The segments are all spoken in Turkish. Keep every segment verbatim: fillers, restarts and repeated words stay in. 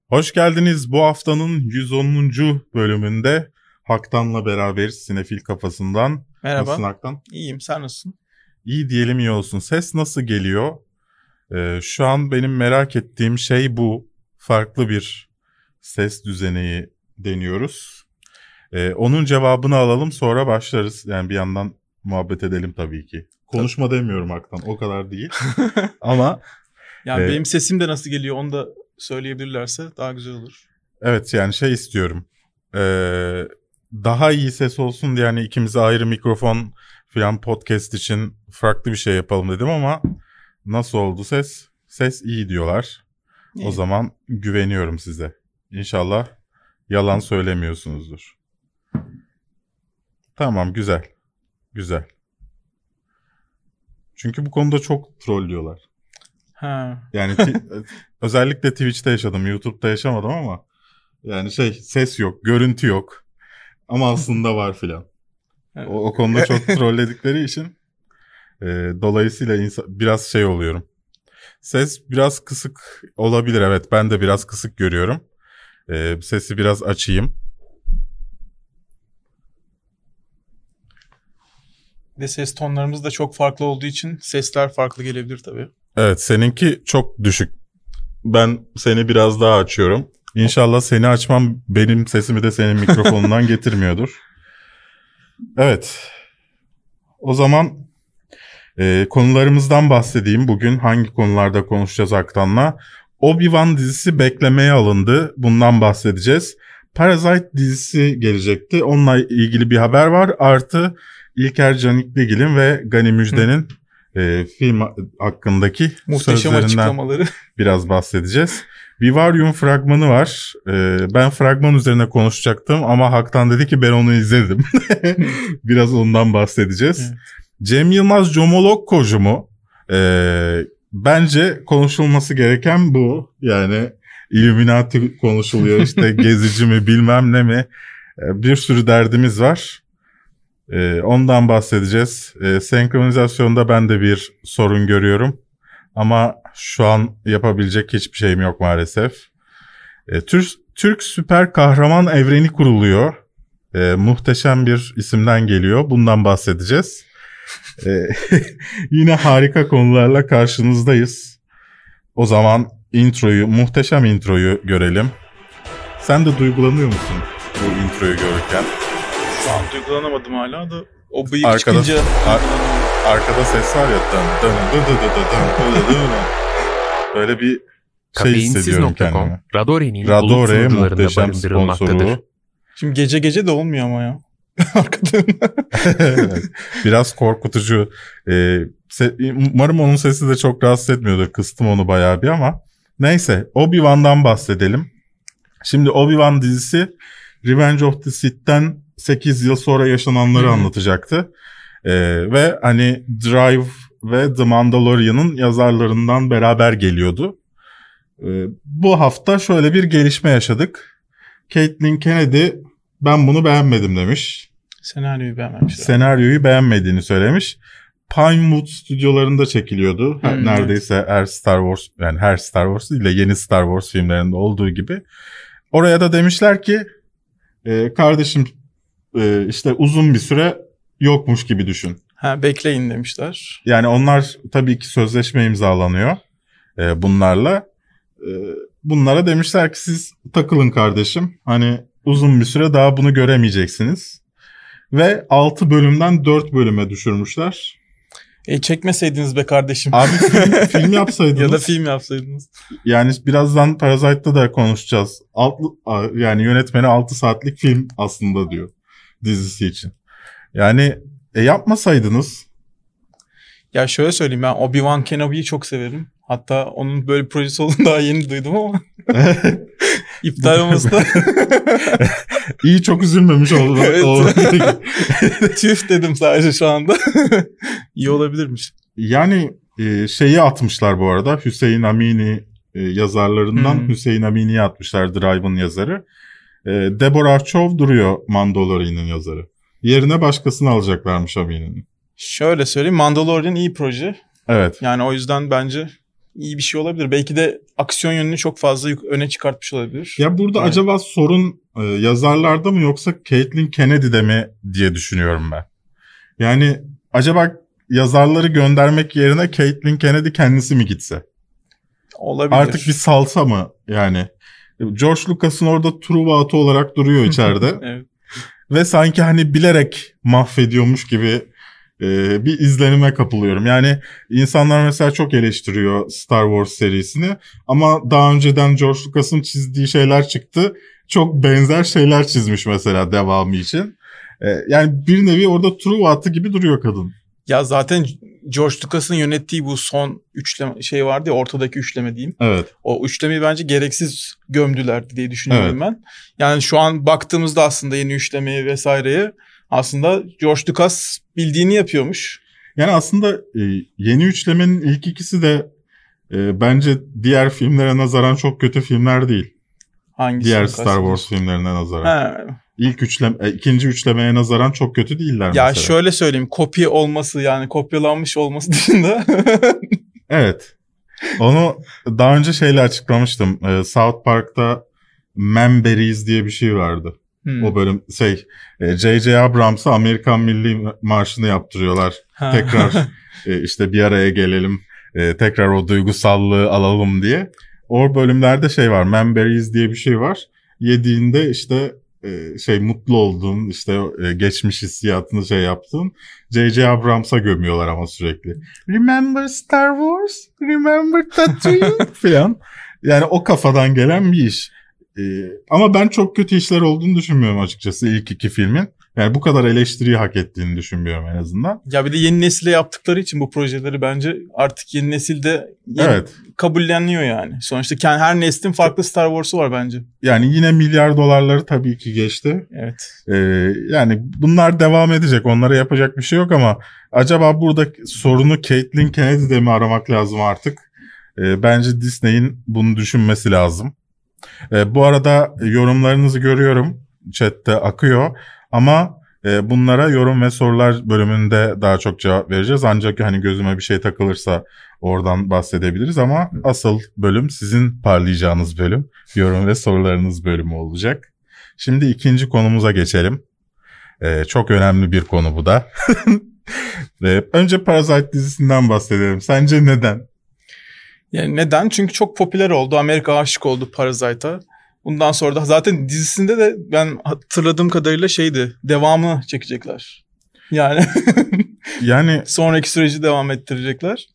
Hoş geldiniz. Bu haftanın yüz onuncu bölümünde Haktan'la beraber Sinefil Kafasından. Merhaba. Nasılsın Haktan? İyiyim, sen nasılsın? İyi diyelim, iyi olsun. Ses nasıl geliyor? Ee, şu an benim merak ettiğim şey bu. Farklı bir ses düzeneyi deniyoruz. Ee, onun cevabını alalım, sonra başlarız. Yani bir yandan muhabbet edelim tabii ki. Konuşma tabii. Demiyorum Haktan, o kadar değil. Ama... Yani e, benim sesim de nasıl geliyor onu da söyleyebilirlerse daha güzel olur. Evet, yani şey istiyorum. Ee, daha iyi ses olsun diye yani ikimize ayrı mikrofon falan podcast için farklı bir şey yapalım dedim ama nasıl oldu ses? Ses iyi diyorlar. İyi. O zaman güveniyorum size. İnşallah yalan söylemiyorsunuzdur. Tamam, güzel. Güzel. Çünkü bu konuda çok trollüyorlar. Ha. Yani t- özellikle Twitch'te yaşadım, YouTube'da yaşamadım ama yani şey, ses yok, görüntü yok ama aslında var filan. Evet. O, o konuda çok trolledikleri için e, dolayısıyla insan, biraz şey oluyorum. Ses biraz kısık olabilir, evet, ben de biraz kısık görüyorum. E, sesi biraz açayım. Ve ses tonlarımız da çok farklı olduğu için sesler farklı gelebilir tabii. Evet, seninki çok düşük. Ben seni biraz daha açıyorum. İnşallah seni açmam benim sesimi de senin mikrofonundan getirmiyordur. Evet. O zaman e, konularımızdan bahsedeyim. Bugün hangi konularda konuşacağız Haktan'la? Obi-Wan dizisi beklemeye alındı. Bundan bahsedeceğiz. Parasite dizisi gelecekti. Onunla ilgili bir haber var. Artı İlker Canikligil'in ve Gani Müjde'nin e, film hakkındaki muhteşem sözlerinden açıklamaları biraz bahsedeceğiz. Vivarium fragmanı var. Ee, ben fragman üzerine konuşacaktım ama Haktan dedi ki ben onu izledim. Biraz ondan bahsedeceğiz. Evet. Cem Yılmaz Comolog Kocumu. Ee, bence konuşulması gereken bu. Yani Illuminati konuşuluyor, işte gezici mi bilmem ne mi. Ee, bir sürü derdimiz var. Ee, ondan bahsedeceğiz. Ee, senkronizasyonda ben de bir sorun görüyorum. Ama şu an yapabilecek hiçbir şeyim yok maalesef. E, Türk, Türk süper kahraman evreni kuruluyor. E, muhteşem bir isimden geliyor. Bundan bahsedeceğiz. E, yine harika konularla karşınızdayız. O zaman introyu, muhteşem introyu görelim. Sen de duygulanıyor musun bu introyu görürken? Şu an duygulanamadım hala da o bıyık arkada, çıkınca... Ar- arkada ses var ya. Dın dın dın dın dın dın dın. Böyle bir şey hissediyorum kendime. Radore'nin Radore muhteşem sponsoru. Şimdi gece gece de olmuyor ama ya. Arkada. Evet. Biraz korkutucu. Ee, se- umarım onun sesi de çok rahatsız etmiyordur. Kıstım onu bayağı bir ama. Neyse, Obi-Wan'dan bahsedelim. Şimdi Obi-Wan dizisi Revenge of the Sith'ten sekiz yıl sonra yaşananları anlatacaktı. Ee, ve hani Drive ve The Mandalorian'ın yazarlarından beraber geliyordu. Ee, bu hafta şöyle bir gelişme yaşadık. Caitlin Kennedy ben bunu beğenmedim demiş. Senaryoyu beğenmemiş. Senaryoyu beğenmediğini söylemiş. Pinewood stüdyolarında çekiliyordu. Hmm, Neredeyse evet. her Star Wars, yani her Star Wars değil de yeni Star Wars filmlerinde olduğu gibi. Oraya da demişler ki e, kardeşim e, işte uzun bir süre yokmuş gibi düşün. Ha, bekleyin demişler. Yani onlar tabii ki sözleşme imzalanıyor e, bunlarla. E, bunlara demişler ki siz takılın kardeşim. Hani uzun bir süre daha bunu göremeyeceksiniz. Ve altı bölümden dört bölüme düşürmüşler. E çekmeseydiniz be kardeşim. Abi film, film yapsaydınız. Ya da film yapsaydınız. Yani birazdan Parasite'da da konuşacağız. Altı, yani yönetmeni altı saatlik film aslında diyor dizisi için. Yani e, yapmasaydınız. Ya şöyle söyleyeyim, ben Obi-Wan Kenobi'yi çok severim. Hatta onun böyle bir projesi olduğunu daha yeni duydum ama. İptal olması da. İyi, çok üzülmemiş oldu. Evet. Tüh dedim sadece şu anda. İyi olabilirmiş. Yani e, şeyi atmışlar bu arada. Hüseyin Amini e, yazarlarından hmm. Hüseyin Amini'yi atmışlar, Drive'ın yazarı. E, Deborah Archov duruyor, Mandalorian'ın yazarı. Yerine başkasını alacaklarmış Amini'nin. Şöyle söyleyeyim, Mandalorian iyi proje. Evet. Yani o yüzden bence iyi bir şey olabilir. Belki de aksiyon yönünü çok fazla yuk- öne çıkartmış olabilir. Ya burada Evet. acaba sorun e, yazarlarda mı yoksa Caitlin Kennedy'de mi diye düşünüyorum ben. Yani acaba yazarları göndermek yerine Caitlin Kennedy kendisi mi gitse? Olabilir. Artık bir salsa mı yani? George Lucas'ın orada Truva olarak duruyor içeride. Evet. Ve sanki hani bilerek mahvediyormuş gibi e, bir izlenime kapılıyorum. Yani insanlar mesela çok eleştiriyor Star Wars serisini ama daha önceden George Lucas'ın çizdiği şeyler çıktı. Çok benzer şeyler çizmiş mesela devamı için. E, yani bir nevi orada Truva gibi duruyor kadın. Ya zaten George Lucas'ın yönettiği bu son üçleme şey vardı ya, ortadaki üçleme diyeyim. Evet. O üçlemeyi bence gereksiz gömdüler diye düşünüyorum Evet. ben. Yani şu an baktığımızda aslında yeni üçlemeye vesaireye aslında George Lucas bildiğini yapıyormuş. Yani aslında e, yeni üçlemenin ilk ikisi de e, bence diğer filmlere nazaran çok kötü filmler değil. Hangisi? Diğer Star Wars filmlerine nazaran. Ha. İlk üçleme, e, ikinci üçlemeye nazaran çok kötü değiller Ya mesela. şöyle söyleyeyim, kopya olması yani kopyalanmış olması dışında. Evet. Onu daha önce şeyle açıklamıştım. Ee, South Park'ta Manberries diye bir şey vardı. Hmm. O bölüm şey J J Abrams'a Amerikan Milli Marşı'nı yaptırıyorlar. Ha. Tekrar e, işte bir araya gelelim. e, tekrar o duygusallığı alalım diye. O bölümlerde şey var. Manberries diye bir şey var. Yediğinde işte e, şey mutlu olduğun, işte e, geçmiş hissiyatını şey yaptığın J J Abrams'a gömüyorlar ama sürekli. Remember Star Wars? Remember Tatooine? falan. Yani o kafadan gelen bir iş. Ee, ama ben çok kötü işler olduğunu düşünmüyorum açıkçası ilk iki filmin. Yani bu kadar eleştiriyi hak ettiğini düşünmüyorum en azından. Ya bir de yeni nesile yaptıkları için bu projeleri bence artık yeni nesilde yeni Evet. kabulleniyor yani. Sonuçta kendi, her neslin farklı Star Wars'u var bence. Yani yine milyar dolarları tabii ki geçti. Evet. Ee, yani bunlar devam edecek. Onlara yapacak bir şey yok ama acaba burada sorunu Caitlin Kennedy'de mi aramak lazım artık? Ee, bence Disney'in bunu düşünmesi lazım. Ee, bu arada yorumlarınızı görüyorum. Chat'te akıyor. Ama e, bunlara yorum ve sorular bölümünde daha çok cevap vereceğiz. Ancak hani gözüme bir şey takılırsa oradan bahsedebiliriz ama asıl bölüm sizin parlayacağınız bölüm. Yorum ve sorularınız bölümü olacak. Şimdi ikinci konumuza geçelim. Ee, çok önemli bir konu bu da. Ve önce Parasite dizisinden bahsedelim. Sence neden? Yani neden? Çünkü çok popüler oldu. Amerika aşık oldu Parasite'a. Bundan sonra da zaten dizisinde de ben hatırladığım kadarıyla şeydi. Devamını çekecekler. Yani Yani sonraki süreci devam ettirecekler.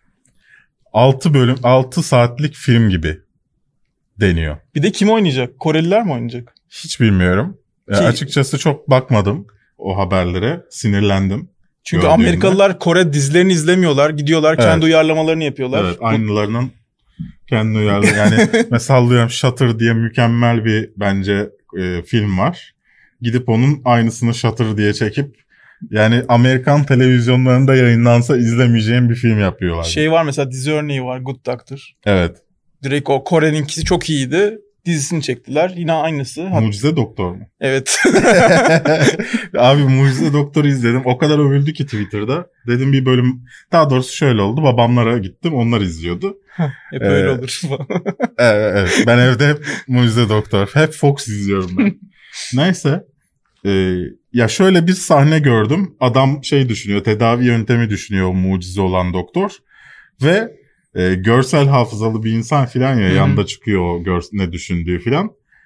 altı bölüm, altı saatlik film gibi deniyor. Bir de kim oynayacak? Koreliler mi oynayacak? Hiç bilmiyorum. Ki... Açıkçası çok bakmadım o haberlere. Sinirlendim. Çünkü gördüğümde. Amerikalılar Kore dizilerini izlemiyorlar. Gidiyorlar Evet. kendi uyarlamalarını yapıyorlar. Evet, aynılarının kendi uyarlı. Yani mesela sallıyorum Shutter diye mükemmel bir bence e, film var. Gidip onun aynısını Shutter diye çekip yani Amerikan televizyonlarında yayınlansa izlemeyeceğim bir film yapıyorlar. Şey var mesela, dizi örneği var, Good Doctor. Evet. Direkt o Kore'ninkisi çok iyiydi. Dizisini çektiler. Yine aynısı. Mucize Doktor mu? Evet. Abi Mucize Doktor'u izledim. O kadar övüldü ki Twitter'da. Dedim bir bölüm, daha doğrusu şöyle oldu. Babamlara gittim. Onlar izliyordu. Hep öyle ee, olur. evet, evet. Ben evde hep Mucize Doktor. Hep Fox izliyorum ben. Neyse. Ee, ya şöyle bir sahne gördüm. Adam şey düşünüyor. Tedavi yöntemi düşünüyor o mucize olan doktor. Ve e, görsel hafızalı bir insan filan ya. Hı-hı. Yanda çıkıyor o gör- ne düşündüğü filan.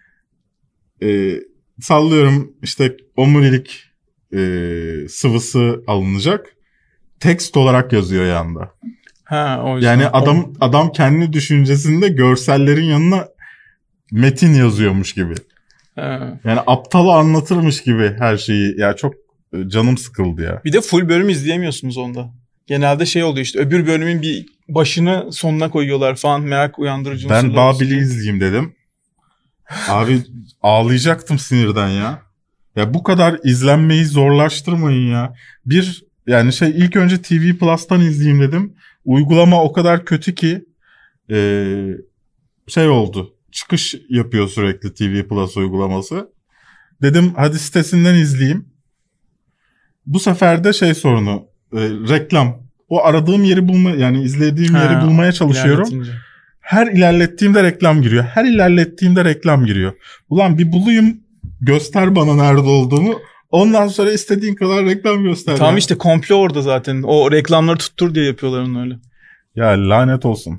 Ee, sallıyorum işte omurilik e, sıvısı alınacak. Tekst olarak yazıyor yanda. Ha, o yüzden. Yani adam o... adam kendi düşüncesinde görsellerin yanına metin yazıyormuş gibi. Ha. Yani aptalı anlatırmış gibi her şeyi. Ya çok canım sıkıldı ya. Bir de full bölüm izleyemiyorsunuz onda. Genelde şey oluyor işte, öbür bölümün bir başını sonuna koyuyorlar falan, merak uyandırıcı. Ben Babil'i izleyeyim dedim. Abi ağlayacaktım sinirden ya. Ya bu kadar izlenmeyi zorlaştırmayın ya. Bir yani şey ilk önce T V Plus'tan izleyeyim dedim. Uygulama o kadar kötü ki ee, şey oldu. Çıkış yapıyor sürekli T V Plus uygulaması. Dedim hadi sitesinden izleyeyim. Bu sefer de şey sorunu, e, reklam o aradığım yeri bulma yani izlediğim ha, yeri bulmaya çalışıyorum. Her ilerlettiğimde reklam giriyor. Her ilerlettiğimde reklam giriyor. Ulan bir bulayım, göster bana nerede olduğunu. Ondan sonra istediğin kadar reklam göster. Tamam işte komplo orada zaten. O reklamları tuttur diye yapıyorlar onu öyle. Ya lanet olsun.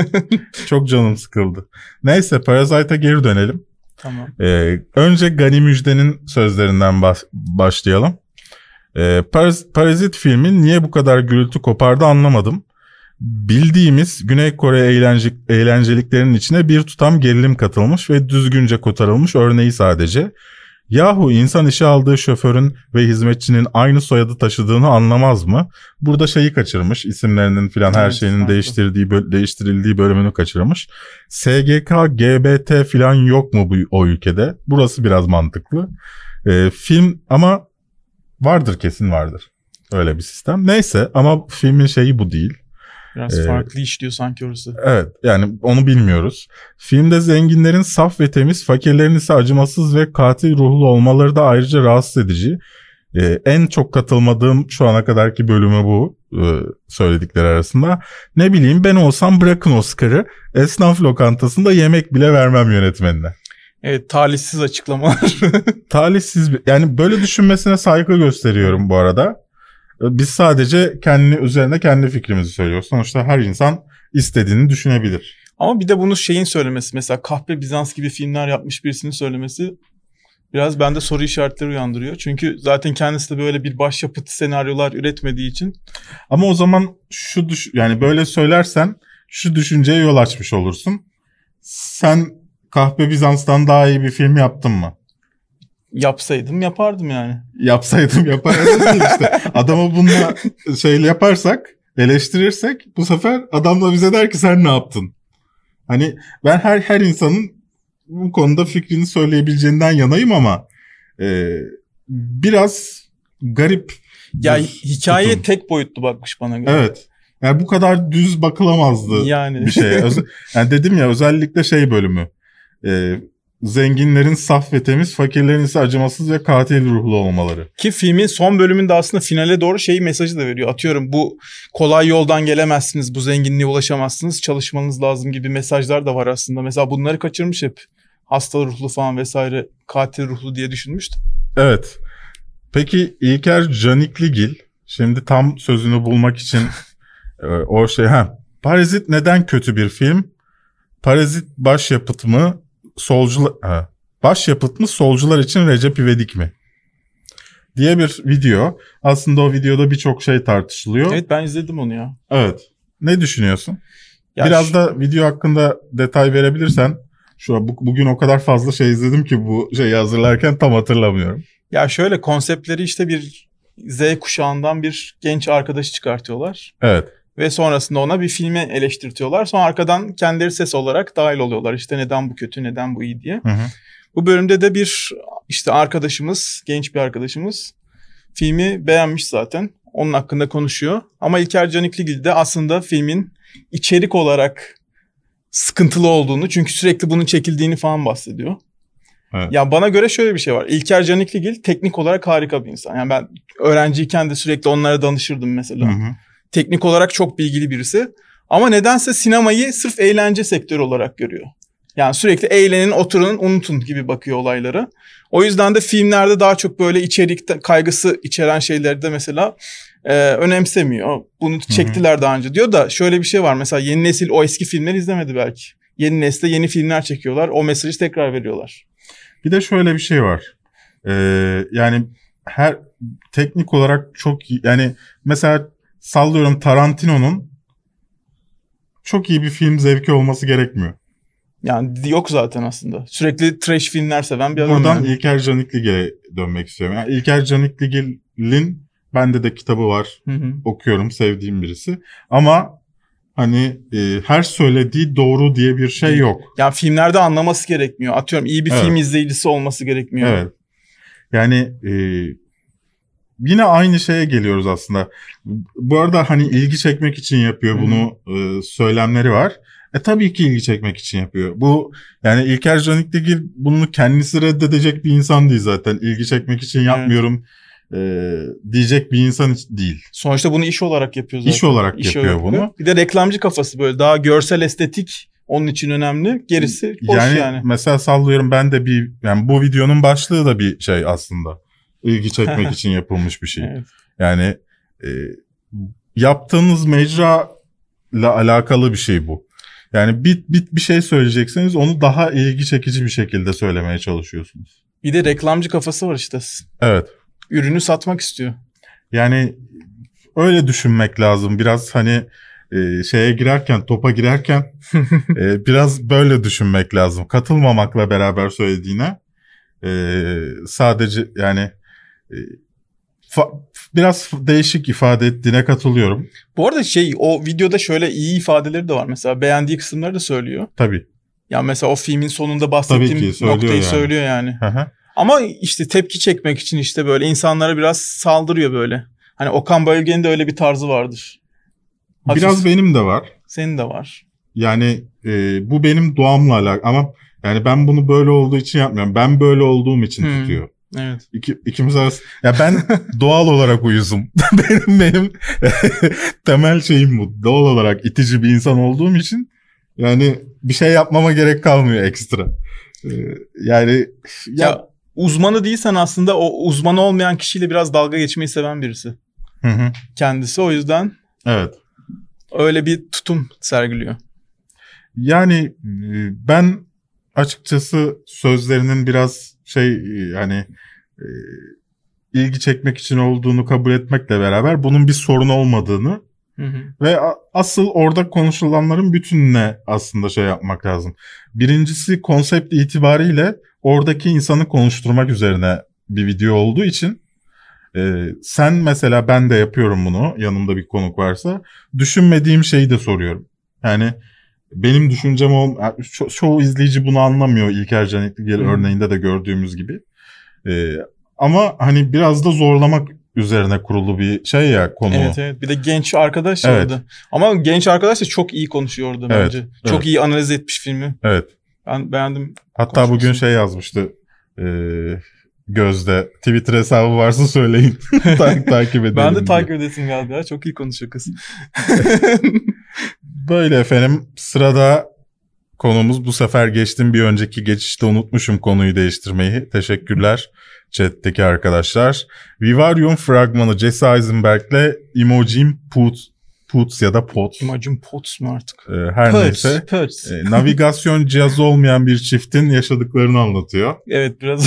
Çok canım sıkıldı. Neyse Parasite'a geri dönelim. Tamam. Ee, önce Gani Müjde'nin sözlerinden baş, başlayalım. Ee, Paraz- Parazit filmin niye bu kadar gürültü kopardı anlamadım. Bildiğimiz Güney Kore eğlence, eğlenceliklerinin içine bir tutam gerilim katılmış ve düzgünce kotarılmış örneği sadece. Yahu insan işe aldığı şoförün ve hizmetçinin aynı soyadı taşıdığını anlamaz mı? Burada şeyi kaçırmış, isimlerinin filan her evet, şeyinin değiştirdiği değiştirildiği bölümünü kaçırmış. S G K, G B T filan yok mu bu o ülkede? Burası biraz mantıklı. Ee, film ama vardır, kesin vardır. Öyle bir sistem. Neyse ama filmin şeyi bu değil. Biraz ee, farklı işliyor sanki orası. Evet yani onu bilmiyoruz. Filmde zenginlerin saf ve temiz, fakirlerin ise acımasız ve katil ruhlu olmaları da ayrıca rahatsız edici. Ee, en çok katılmadığım şu ana kadarki bölümü bu e, söyledikleri arasında. Ne bileyim ben olsam bırakın Oscar'ı, esnaf lokantasında yemek bile vermem yönetmenine. Evet, talihsiz açıklamalar. Talihsiz yani böyle düşünmesine saygı gösteriyorum bu arada. Biz sadece kendi üzerine kendi fikrimizi söylüyoruz. Sonuçta her insan istediğini düşünebilir. Ama bir de bunu şeyin söylemesi, mesela Kahpe Bizans gibi filmler yapmış birisinin söylemesi biraz bende soru işaretleri uyandırıyor. Çünkü zaten kendisi de böyle bir başyapıt senaryolar üretmediği için. Ama o zaman şu düş yani böyle söylersen şu düşünceye yol açmış olursun. Sen Kahpe Bizans'tan daha iyi bir film yaptın mı? Yapsaydım yapardım yani. Yapsaydım yapardım işte. Adama bununla şeyle yaparsak, eleştirirsek bu sefer adam da bize der ki sen ne yaptın? Hani ben her her insanın bu konuda fikrini söyleyebileceğinden yanayım ama e, biraz garip. Ya hikaye tutum. Tek boyutlu bakmış bana göre. Evet. Yani bu kadar düz bakılamazdı yani. Bir şeye. Yani dedim ya özellikle şey bölümü. Eee zenginlerin saf ve temiz, fakirlerin ise acımasız ve katil ruhlu olmaları. Ki filmin son bölümünde aslında finale doğru şey mesajı da veriyor. Atıyorum bu kolay yoldan gelemezsiniz, bu zenginliğe ulaşamazsınız, çalışmanız lazım gibi mesajlar da var aslında. Mesela bunları kaçırmış hep. Hasta ruhlu falan vesaire, katil ruhlu diye düşünmüştüm. Evet. Peki İlker Canikligil, şimdi tam sözünü bulmak için o şey ha. Parazit neden kötü bir film? Parazit başyapıt mı? Solcular ha, başyapıt mı, solcular için Recep İvedik mi diye bir video. Aslında o videoda birçok şey tartışılıyor. Evet, ben izledim onu ya. Evet. Ne düşünüyorsun? Ya Biraz şu... da video hakkında detay verebilirsen. Şu an bu, bugün o kadar fazla şey izledim ki bu şeyi hazırlarken tam hatırlamıyorum. Ya şöyle, konseptleri işte bir Z kuşağından bir genç arkadaşı çıkartıyorlar. Evet. Ve sonrasında ona bir filmi eleştirtiyorlar. Sonra arkadan kendileri ses olarak dahil oluyorlar. İşte neden bu kötü, neden bu iyi diye. Hı hı. Bu bölümde de bir işte arkadaşımız, genç bir arkadaşımız filmi beğenmiş zaten. Onun hakkında konuşuyor. Ama İlker Canikligil de aslında filmin içerik olarak sıkıntılı olduğunu, çünkü sürekli bunun çekildiğini falan bahsediyor. Evet. Ya bana göre şöyle bir şey var. İlker Canikligil teknik olarak harika bir insan. Yani ben öğrenciyken de sürekli onlara danışırdım mesela. Hı hı. Teknik olarak çok bilgili birisi. Ama nedense sinemayı sırf eğlence sektörü olarak görüyor. Yani sürekli eğlenin, oturun, unutun gibi bakıyor olaylara. O yüzden de filmlerde daha çok böyle içerik kaygısı içeren şeyleri de mesela e, önemsemiyor. Bunu çektiler Hı-hı. daha önce diyor da şöyle bir şey var. Mesela yeni nesil o eski filmleri izlemedi belki. Yeni nesle yeni filmler çekiyorlar. O mesajı tekrar veriyorlar. Bir de şöyle bir şey var. Ee, yani her teknik olarak çok iyi. Yani mesela sallıyorum Tarantino'nun çok iyi bir film zevki olması gerekmiyor. Yani yok zaten aslında. Sürekli trash filmler seven bir adam. Buradan yani. İlker Canikligil'e dönmek istiyorum. Yani İlker Canikligil'in bende de kitabı var. Hı hı. Okuyorum, sevdiğim birisi. Ama hani e, her söylediği doğru diye bir şey yok. Ya filmlerde anlaması gerekmiyor. Atıyorum iyi bir evet. film izleyicisi olması gerekmiyor. Evet. Yani e, yine aynı şeye geliyoruz aslında. Bu arada hani ilgi çekmek için yapıyor bunu, e, söylemleri var. E tabii ki ilgi çekmek için yapıyor. Bu yani İlker Canikligil bunu kendisi reddedecek bir insan değil zaten. İlgi çekmek için yapmıyorum. e, diyecek bir insan değil. Sonuçta bunu iş olarak yapıyor zaten. İş olarak iş yapıyor olarak. Bunu. Bir de reklamcı kafası böyle daha görsel estetik onun için önemli. Gerisi boş yani. Yani mesela sallıyorum ben de bir yani bu videonun başlığı da bir şey aslında. İlgi çekmek için yapılmış bir şey. Evet. Yani e, yaptığınız mecra ile alakalı bir şey bu. Yani bir, bir, bir şey söyleyecekseniz onu daha ilgi çekici bir şekilde söylemeye çalışıyorsunuz. Bir de reklamcı kafası var işte. Evet. Ürünü satmak istiyor. Yani öyle düşünmek lazım. Biraz hani e, şeye girerken, topa girerken e, biraz böyle düşünmek lazım. Katılmamakla beraber söylediğine e, sadece yani e, fa- biraz değişik ifade ettiğine katılıyorum. Bu arada şey o videoda şöyle iyi ifadeleri de var. Mesela beğendiği kısımları da söylüyor. Tabii. Ya mesela o filmin sonunda bahsettiğim söylüyor noktayı yani. söylüyor yani. Hı-hı. Ama işte tepki çekmek için işte böyle insanlara biraz saldırıyor böyle. Hani Okan Bayülgen'in de öyle bir tarzı vardır. Hafif. Biraz benim de var. Senin de var. Yani e, bu benim doğamla alakalı ama yani ben bunu böyle olduğu için yapmıyorum. Ben böyle olduğum için hmm. tutuyor. Evet. İki, ikimiz arası. Ya ben doğal olarak uyuzum. benim benim temel şeyim bu. Doğal olarak itici bir insan olduğum için yani bir şey yapmama gerek kalmıyor ekstra. Ee, yani ya, ya uzmanı değilsen aslında o uzmanı olmayan kişiyle biraz dalga geçmeyi seven birisi. Hı hı. Kendisi o yüzden. Evet. Öyle bir tutum sergiliyor. Yani ben açıkçası sözlerinin biraz şey yani e, ilgi çekmek için olduğunu kabul etmekle beraber bunun bir sorun olmadığını hı hı. ve asıl orada konuşulanların bütününe aslında şey yapmak lazım. Birincisi konsept itibariyle oradaki insanı konuşturmak üzerine bir video olduğu için e, sen mesela ben de yapıyorum bunu yanımda bir konuk varsa düşünmediğim şeyi de soruyorum. Yani benim düşüncem ol, ço- çoğu izleyici bunu anlamıyor İlker Canikligil hmm. örneğinde de gördüğümüz gibi. Ee, ama hani biraz da zorlamak üzerine kurulu bir şey ya konu. Evet evet. Bir de genç arkadaş evet. orada. Ama genç arkadaş da çok iyi konuşuyordu evet, bence. Çok evet. iyi analiz etmiş filmi. Evet. Ben beğendim. Hatta bugün şey yazmıştı. E, Gözde Twitter hesabı varsa söyleyin. Ta- takip edelim. Ben de takip edesim geldi ya. Çok iyi konuşuyor kız. Böyle efendim sırada konumuz bu sefer geçtim bir önceki geçişte unutmuşum konuyu değiştirmeyi. Teşekkürler chat'teki arkadaşlar. Vivarium fragmanı Jesse Eisenberg'le Imogen Poots, Poots ya da Potts. Imogen Potts mu artık? Ee, her Poots, neyse. Poots. E, navigasyon cihazı olmayan bir çiftin yaşadıklarını anlatıyor. Evet biraz.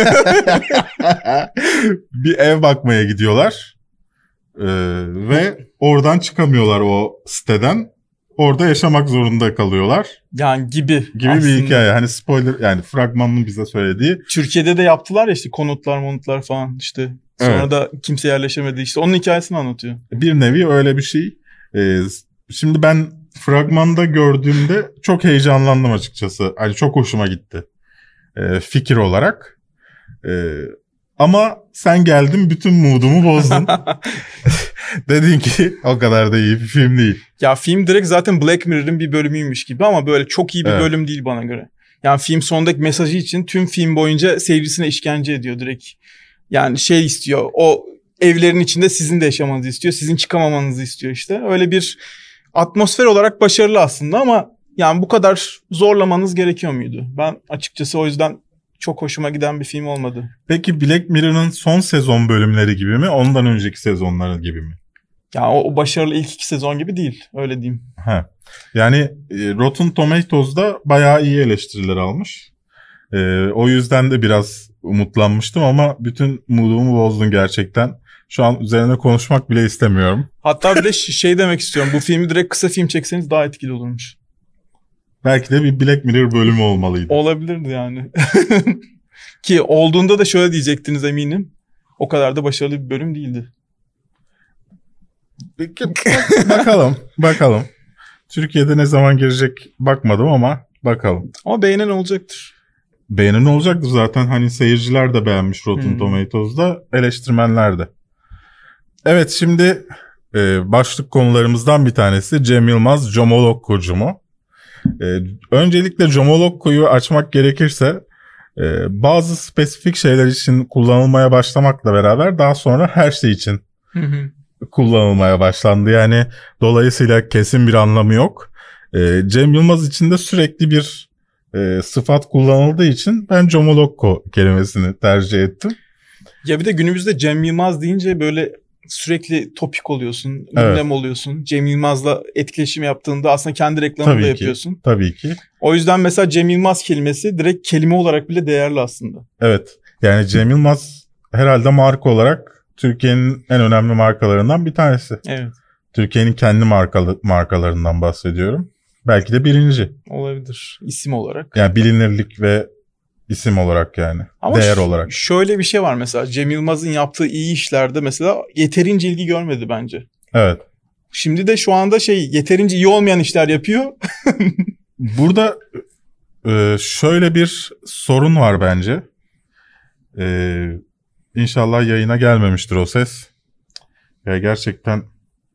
Bir ev bakmaya gidiyorlar. Ee, ve oradan çıkamıyorlar o siteden. Orada yaşamak zorunda kalıyorlar. Yani gibi. Gibi aslında. Bir hikaye. Hani spoiler yani fragmanın bize söylediği. Türkiye'de de yaptılar ya işte konutlar monutlar falan işte. Sonra evet. da kimse yerleşemedi işte. Onun hikayesini anlatıyor. Bir nevi öyle bir şey. Ee, şimdi ben fragmanda gördüğümde çok heyecanlandım açıkçası. Hani çok hoşuma gitti. Ee, fikir olarak. Ee, ama sen geldin bütün mood'umu bozdun. Dedin ki o kadar da iyi bir film değil. Ya film direkt zaten Black Mirror'ın bir bölümüymüş gibi ama böyle çok iyi bir evet. bölüm değil bana göre. Yani film sondaki mesajı için tüm film boyunca seyircisine işkence ediyor direkt. Yani şey istiyor, o evlerin içinde sizin de yaşamanızı istiyor, sizin çıkamamanızı istiyor işte. Öyle bir atmosfer olarak başarılı aslında ama yani bu kadar zorlamanız gerekiyor muydu? Ben açıkçası o yüzden çok hoşuma giden bir film olmadı. Peki Black Mirror'ın son sezon bölümleri gibi mi, ondan önceki sezonları gibi mi? Ya o, o başarılı ilk iki sezon gibi değil, öyle diyeyim. Ha. Yani e, Rotten Tomatoes'da bayağı iyi eleştiriler almış. E, o yüzden de biraz umutlanmıştım ama bütün mood'umu bozdun gerçekten. Şu an üzerine konuşmak bile istemiyorum. Hatta bir de şey demek istiyorum. Bu filmi direkt kısa film çekseniz daha etkili olurmuş. Belki de bir Black Mirror bölümü olmalıydı. Olabilirdi yani. Ki olduğunda da şöyle diyecektiniz eminim. O kadar da başarılı bir bölüm değildi. Peki, bakalım, bakalım. Türkiye'de ne zaman girecek bakmadım ama bakalım. Ama beğenen olacaktır. Beğenen olacaktır zaten. Hani seyirciler de beğenmiş Rotten hmm. Tomatoes'da, eleştirmenler de. Evet, şimdi e, başlık konularımızdan bir tanesi Cem Yılmaz, Comolokko'cu mu? E, öncelikle Comolokko'yu açmak gerekirse e, bazı spesifik şeyler için kullanılmaya başlamakla beraber daha sonra her şey için Hı hı. kullanılmaya başlandı. Yani dolayısıyla kesin bir anlamı yok. E, Cem Yılmaz için de sürekli bir e, sıfat kullanıldığı için ben Comolokko kelimesini tercih ettim. Ya bir de günümüzde Cem Yılmaz deyince böyle sürekli topik oluyorsun, ünlem Evet. oluyorsun. Cem Yılmaz'la etkileşim yaptığında aslında kendi reklamını Tabii da ki, yapıyorsun. Tabii ki. O yüzden mesela Cem Yılmaz kelimesi direkt kelime olarak bile değerli aslında. Evet. Yani Cem Yılmaz herhalde marka olarak Türkiye'nin en önemli markalarından bir tanesi. Evet. Türkiye'nin kendi markalı, markalarından bahsediyorum. Belki de birinci. Olabilir. İsim olarak. Yani bilinirlik ve isim olarak yani. Ama değer ş- olarak. şöyle bir şey var mesela. Cem Yılmaz'ın yaptığı iyi işlerde mesela yeterince ilgi görmedi bence. Evet. Şimdi de şu anda şey yeterince iyi olmayan işler yapıyor. Burada e, şöyle bir sorun var bence. E, İnşallah yayına gelmemiştir o ses. Ya gerçekten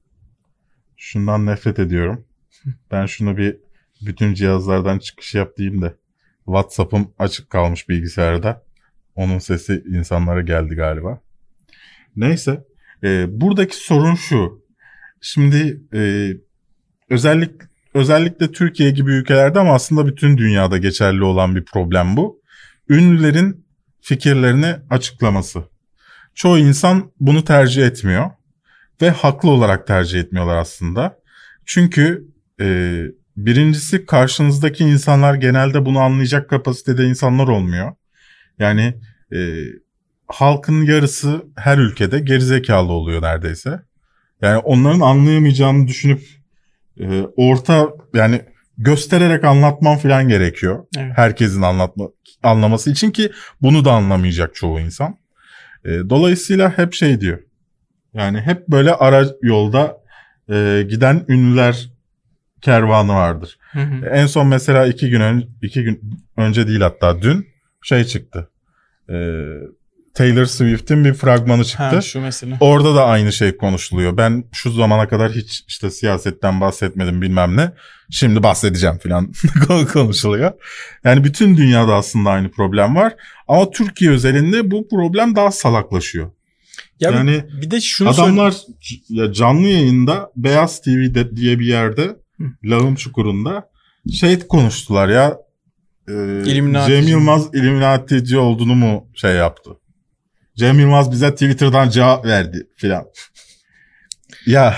şundan nefret ediyorum. Ben şunu bir bütün cihazlardan çıkış yap diyeyim de. WhatsApp'ım açık kalmış bilgisayarda. Onun sesi insanlara geldi galiba. Neyse. E, buradaki sorun şu. Şimdi e, özellik, özellikle Türkiye gibi ülkelerde ama aslında bütün dünyada geçerli olan bir problem bu. Ünlülerin fikirlerini açıklaması. Çoğu insan bunu tercih etmiyor. Ve haklı olarak tercih etmiyorlar aslında. Çünkü e, birincisi karşınızdaki insanlar genelde bunu anlayacak kapasitede insanlar olmuyor. Yani e, halkın yarısı her ülkede gerizekalı oluyor neredeyse. Yani onların anlayamayacağını düşünüp e, orta yani göstererek anlatman falan gerekiyor. Evet. Herkesin anlatma, anlaması için ki bunu da anlamayacak çoğu insan. E, dolayısıyla hep şey diyor. Yani hep böyle ara yolda e, giden ünlüler kervanı vardır. Hı hı. En son mesela iki gün önce, iki gün önce değil hatta dün şey çıktı. E, Taylor Swift'in bir fragmanı çıktı. Ha, şu mesela. Orada da aynı şey konuşuluyor. Ben şu zamana kadar hiç işte siyasetten bahsetmedim bilmem ne. Şimdi bahsedeceğim falan konuşuluyor. Yani bütün dünyada aslında aynı problem var. Ama Türkiye özelinde bu problem daha salaklaşıyor. Ya yani bir de şunu adamlar c- ya canlı yayında Beyaz T V diye bir yerde Hı. lağım çukurunda şey konuştular ya e, İlluminati. Cem Yılmaz Illuminati'ci olduğunu mu şey yaptı. Cem Yılmaz bize Twitter'dan cevap verdi filan. ya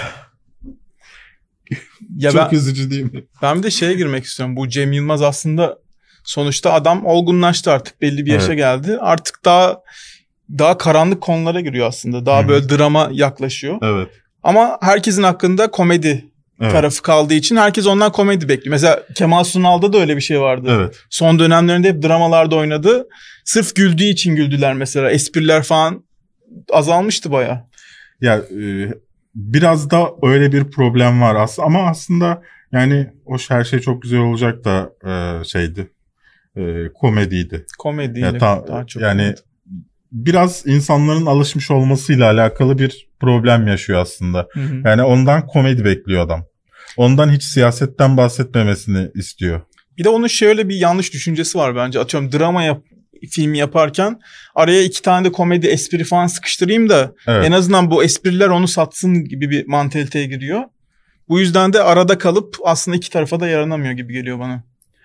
ya çok ben, üzücü değil mi? ben bir de şeye girmek istiyorum. Bu Cem Yılmaz aslında sonuçta adam olgunlaştı artık. Belli bir yaşa Evet. geldi. Artık daha daha karanlık konulara giriyor aslında. Daha Hı-hı. böyle drama yaklaşıyor. Evet. Ama herkesin hakkında komedi Evet. tarafı kaldığı için herkes ondan komedi bekliyor. Mesela Kemal Sunal'da da öyle bir şey vardı. Evet. Son dönemlerinde hep dramalarda oynadı. Sırf güldüğü için güldüler mesela. Espriler falan azalmıştı bayağı. Ya e, biraz da öyle bir problem var aslında ama aslında yani o her şey çok güzel olacak da e, şeydi. E, komediydi. Komediyle Ya ta- daha çok. yani komedi. biraz insanların alışmış olmasıyla alakalı bir problem yaşıyor aslında. Hı hı. Yani ondan komedi bekliyor adam. Ondan hiç siyasetten bahsetmemesini istiyor. Bir de onun şöyle bir yanlış düşüncesi var bence. Atıyorum drama yap, filmi yaparken araya iki tane de komedi espri falan sıkıştırayım da Evet. en azından bu espriler onu satsın gibi bir mantaliteye giriyor. Bu yüzden de arada kalıp aslında iki tarafa da yaranamıyor gibi geliyor bana.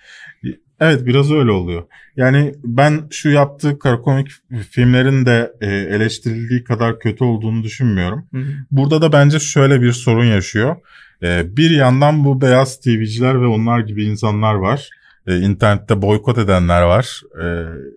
Evet biraz öyle oluyor. Yani ben şu yaptığı kara komik filmlerin de e, eleştirildiği kadar kötü olduğunu düşünmüyorum. Hı hı. Burada da bence şöyle bir sorun yaşıyor. E, bir yandan bu beyaz T V'ciler ve onlar gibi insanlar var. E, internette boykot edenler var. E,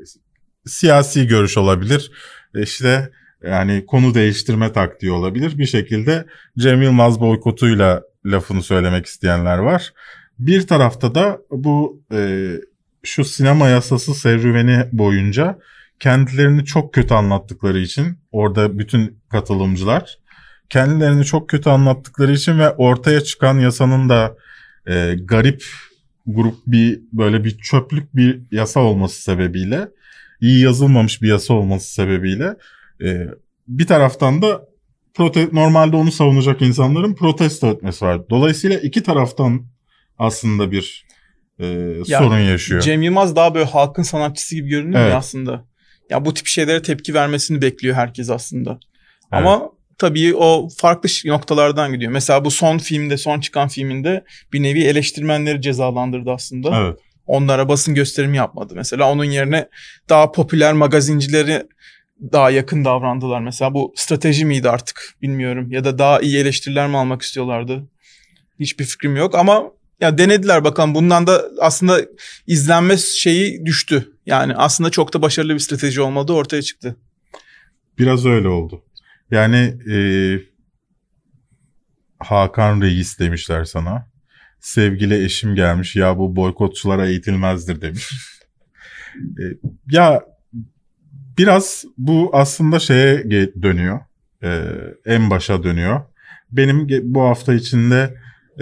siyasi görüş olabilir. E, işte yani konu değiştirme taktiği olabilir. Bir şekilde Cem Yılmaz boykotuyla lafını söylemek isteyenler var. Bir tarafta da bu e, şu sinema yasası serüveni boyunca kendilerini çok kötü anlattıkları için orada bütün katılımcılar kendilerini çok kötü anlattıkları için ve ortaya çıkan yasanın da e, garip grup bir böyle bir çöplük bir yasa olması sebebiyle iyi yazılmamış bir yasa olması sebebiyle e, bir taraftan da prote- normalde onu savunacak insanların protesto etmesi var. Dolayısıyla iki taraftan aslında bir e, yani, sorun yaşıyor. Cem Yılmaz daha böyle halkın sanatçısı gibi görünüyor evet. ya aslında. Ya bu tip şeylere tepki vermesini bekliyor herkes aslında. Evet. Ama tabii o farklı noktalardan gidiyor. Mesela bu son filmde, son çıkan filminde bir nevi eleştirmenleri cezalandırdı aslında. Evet. Onlara basın gösterimi yapmadı. Mesela onun yerine daha popüler magazincileri daha yakın davrandılar. Mesela bu strateji miydi artık bilmiyorum. Ya da daha iyi eleştiriler mi almak istiyorlardı? Hiçbir fikrim yok ama ya denediler bakalım. Bundan da aslında izlenme şeyi düştü. Yani aslında çok da başarılı bir strateji olmadığı ortaya çıktı. Biraz öyle oldu. Yani e, Hakan Reis demişler sana. Sevgili eşim gelmiş. Ya bu boykotçulara eğitilmezdir demiş. e, ya biraz bu aslında şeye dönüyor. E, en başa dönüyor. Benim bu hafta içinde e,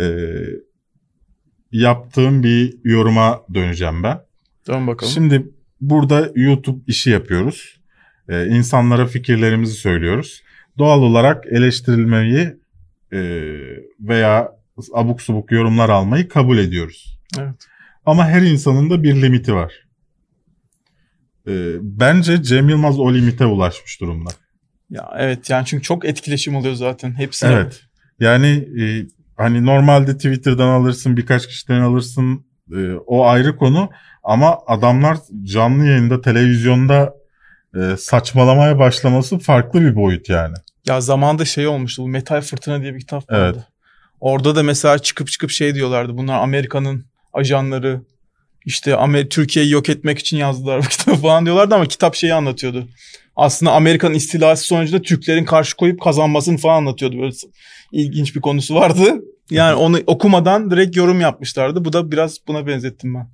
yaptığım bir yoruma döneceğim ben. Tamam bakalım. Şimdi burada YouTube işi yapıyoruz. Ee, insanlara fikirlerimizi söylüyoruz. Doğal olarak eleştirilmeyi e, veya abuk subuk yorumlar almayı kabul ediyoruz. Evet. Ama her insanın da bir limiti var. Ee, bence Cem Yılmaz o limite ulaşmış durumda. Ya evet yani çünkü çok etkileşim oluyor zaten hepsine. Evet. Yani e, hani normalde Twitter'dan alırsın, birkaç kişiden alırsın. E, o ayrı konu. Ama adamlar canlı yayında, televizyonda e, saçmalamaya başlaması farklı bir boyut yani. Ya zamanında şey olmuştu. Bu Metal Fırtına diye bir kitap vardı. Evet. Orada da mesela çıkıp çıkıp şey diyorlardı. Bunlar Amerika'nın ajanları. İşte Amer- Türkiye'yi yok etmek için yazdılar bu kitabı falan diyorlardı ama kitap şeyi anlatıyordu. Aslında Amerika'nın istilası sonucunda Türklerin karşı koyup kazanmasını falan anlatıyordu. Böyle ilginç bir konusu vardı. Yani onu okumadan direkt yorum yapmışlardı. Bu da biraz buna benzettim ben.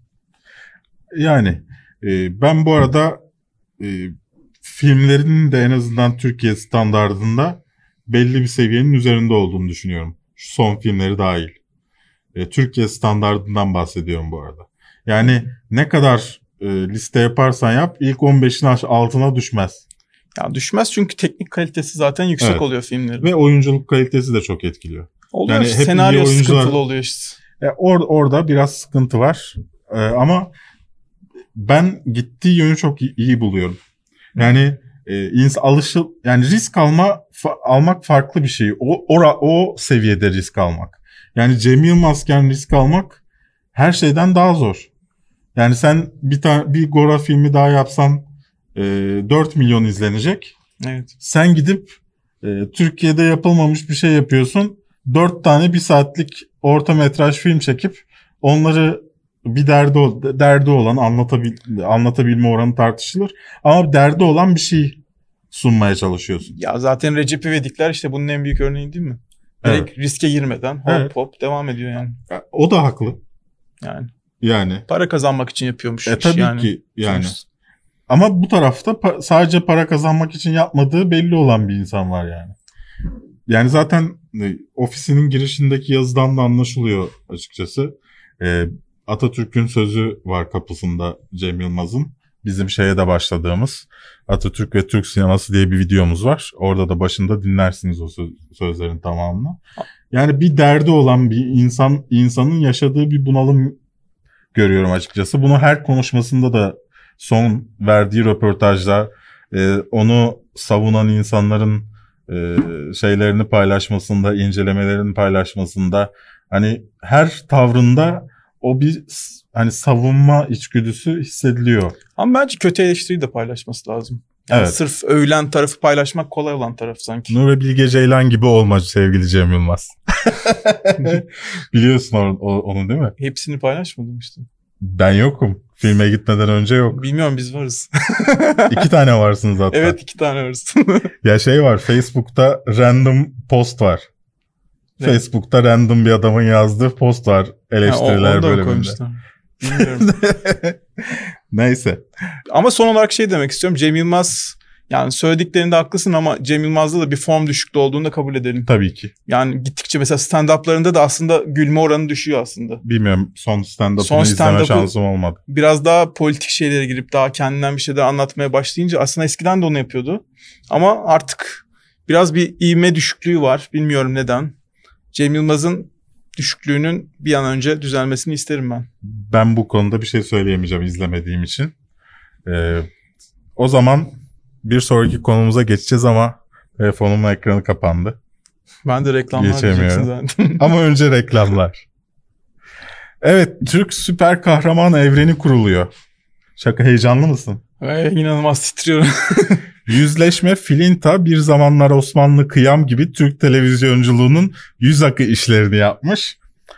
Yani e, ben bu arada e, filmlerinin de en azından Türkiye standardında belli bir seviyenin üzerinde olduğunu düşünüyorum. Şu son filmleri dahil. E, Türkiye standardından bahsediyorum bu arada. Yani ne kadar e, liste yaparsan yap ilk on beşin altına düşmez. Ya düşmez çünkü teknik kalitesi zaten yüksek evet. oluyor filmlerin. Ve oyunculuk kalitesi de çok etkiliyor. Oluyor yani işte, senaryo oyuncular, sıkıntılı oluyor işte. E, or, orada biraz sıkıntı var. E, ama ben gittiği yönü çok iyi, iyi buluyorum. Yani e, insan alışıl yani risk alma fa, almak farklı bir şey. O ora, o seviyede risk almak. Yani Cem Yılmazken risk almak her şeyden daha zor. Yani sen bir tane bir Gora filmi daha yapsan e, dört milyon izlenecek. Evet. Sen gidip e, Türkiye'de yapılmamış bir şey yapıyorsun. dört tane bir saatlik orta metraj film çekip onları bir derdi derdi olan anlatabil, anlatabilme oranı tartışılır. Ama derdi olan bir şey sunmaya çalışıyorsun. Ya zaten Recep İvedikler işte bunun en büyük örneği değil mi? Direkt evet. riske girmeden hop evet. hop devam ediyor yani. O da haklı. Yani. Yani. Para kazanmak için yapıyormuş. E tabii yani. ki yani. Sonuçta. Ama bu tarafta pa- sadece para kazanmak için yapmadığı belli olan bir insan var yani. Yani zaten e, ofisinin girişindeki yazıdan da anlaşılıyor açıkçası. E, Atatürk'ün sözü var kapısında Cem Yılmaz'ın. Bizim şeye de başladığımız Atatürk ve Türk Sineması diye bir videomuz var. Orada da başında dinlersiniz o söz, sözlerin tamamını. Yani bir derdi olan bir insan insanın yaşadığı bir bunalım görüyorum açıkçası. Bunu her konuşmasında da son verdiği röportajda e, onu savunan insanların e, şeylerini paylaşmasında, incelemelerini paylaşmasında hani her tavrında o bir hani savunma içgüdüsü hissediliyor. Ama bence kötü eleştiriyi de paylaşması lazım. Yani evet. Sırf övülen tarafı paylaşmak kolay olan taraf sanki. Nuri Bilge Ceylan gibi olma sevgili Cem Yılmaz. Biliyorsun onu, onu değil mi? Hepsini paylaşmadım işte. Ben yokum. Filme gitmeden önce yok. Bilmiyorum biz varız. İki tane varsınız hatta. Evet iki tane varız. Ya şey var Facebook'ta random post var. Evet. Facebook'ta random bir adamın yazdığı post var eleştiriler ha, bölümünde. Bilmiyorum. Neyse. Ama son olarak şey demek istiyorum. Cem Yılmaz yani söylediklerinde haklısın ama Cem Yılmaz'da da bir form düşüklüğü olduğunu da kabul edelim. Tabii ki. Yani gittikçe mesela stand-up'larında da aslında gülme oranı düşüyor aslında. Bilmiyorum son stand-up'ını son izleme stand-up'ı şansım olmadı. Biraz daha politik şeylere girip daha kendinden bir şeyler anlatmaya başlayınca aslında eskiden de onu yapıyordu. Ama artık biraz bir ivme düşüklüğü var. Bilmiyorum neden. Cem Yılmaz'ın düşüklüğünün bir an önce düzelmesini isterim ben. Ben bu konuda bir şey söyleyemeyeceğim izlemediğim için. Ee, o zaman bir sonraki konumuza geçeceğiz ama telefonumun ekranı kapandı. Ben de reklamlar diyeceksin zaten. Ama önce reklamlar. Evet, Türk süper kahraman evreni kuruluyor. Şaka, heyecanlı mısın? Ay, inanılmaz titriyorum. Yüzleşme Filinta bir zamanlar Osmanlı Kıyam gibi Türk televizyonculuğunun yüz akı işlerini yapmış.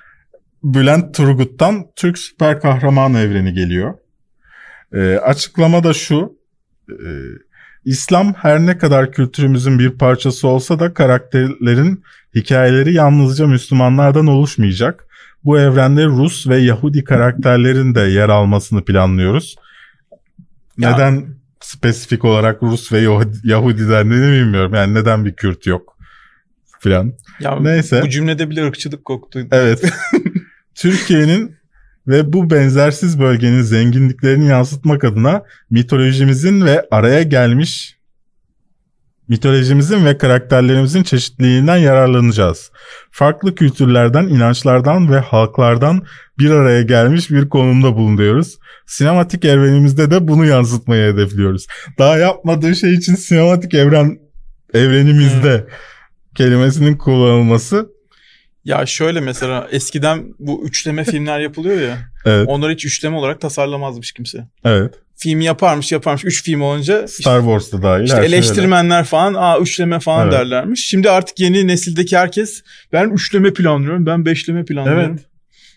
Bülent Turgut'tan Türk süper kahraman evreni geliyor. Ee, açıklama da şu. E, İslam her ne kadar kültürümüzün bir parçası olsa da karakterlerin hikayeleri yalnızca Müslümanlardan oluşmayacak. Bu evrende Rus ve Yahudi karakterlerin de yer almasını planlıyoruz. Ya. Neden spesifik olarak Rus ve Yahudi dendiğini bilmiyorum. Yani neden bir Kürt yok filan. Ya neyse. Bu cümlede bile ırkçılık koktu. Evet. Türkiye'nin ve bu benzersiz bölgenin zenginliklerini yansıtmak adına mitolojimizin ve araya gelmiş mitolojimizin ve karakterlerimizin çeşitliliğinden yararlanacağız. Farklı kültürlerden, inançlardan ve halklardan bir araya gelmiş bir konumda bulunuyoruz. Sinematik evrenimizde de bunu yansıtmayı hedefliyoruz. Daha yapmadığı şey için sinematik evren evrenimizde hmm. kelimesinin kullanılması. Ya şöyle mesela eskiden bu üçleme filmler yapılıyor ya. Evet. Onları hiç üçleme olarak tasarlamazmış kimse. Evet. Film yaparmış yaparmış. Üç film olunca. Star Wars'ta dahil. İşte eleştirmenler öyle falan aa üçleme falan evet. derlermiş. Şimdi artık yeni nesildeki herkes ben üçleme planlıyorum. Ben beşleme planlıyorum. Evet.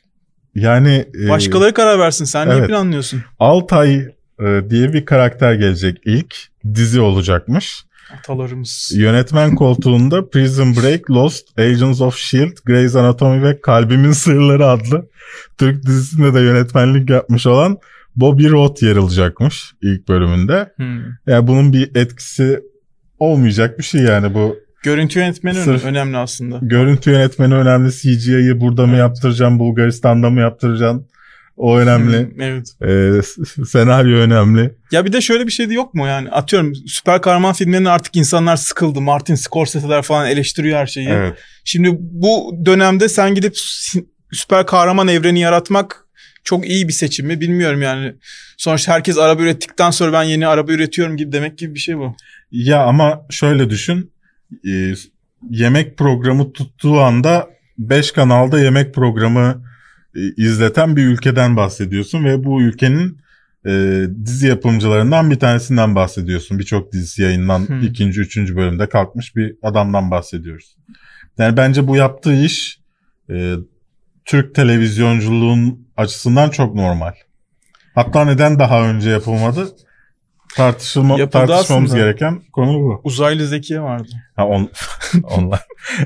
Yani. Başkaları e, karar versin. Sen evet. neyi planlıyorsun? Altay e, diye bir karakter gelecek ilk. Dizi olacakmış. Atalarımız. Yönetmen koltuğunda Prison Break, Lost, Agents of S H I E L D, Grey's Anatomy ve Kalbimin Sırları adlı Türk dizisinde de yönetmenlik yapmış olan Bobby Roth yer alacakmış ilk bölümünde. Hmm. Yani bunun bir etkisi olmayacak bir şey yani bu. Görüntü yönetmeni Sırf önemli aslında. Görüntü yönetmeni önemli. C G I'yi burada evet. mı yaptıracaksın, Bulgaristan'da mı yaptıracaksın? O önemli. Hmm, evet. Ee, senaryo önemli. Ya bir de şöyle bir şey de yok mu yani? Atıyorum süper kahraman filmlerinden artık insanlar sıkıldı. Martin Scorsese'ler falan eleştiriyor her şeyi. Evet. Şimdi bu dönemde sen gidip süper kahraman evreni yaratmak çok iyi bir seçim mi bilmiyorum yani. Sonuçta herkes araba ürettikten sonra ben yeni araba üretiyorum gibi demek gibi bir şey bu. Ya ama şöyle düşün. E, yemek programı tuttuğu anda beş kanalda yemek programı izleten bir ülkeden bahsediyorsun ve bu ülkenin e, dizi yapımcılarından bir tanesinden bahsediyorsun. Birçok dizisi yayınlan hmm. ikinci, üçüncü bölümde kalkmış bir adamdan bahsediyoruz. Yani bence bu yaptığı iş e, Türk televizyonculuğun açısından çok normal. Hatta neden daha önce yapılmadı? Tartışılma, Yapıldı tartışmamız aslında. gereken konu bu. Uzaylı Zekiye vardı. Ha on, onlar.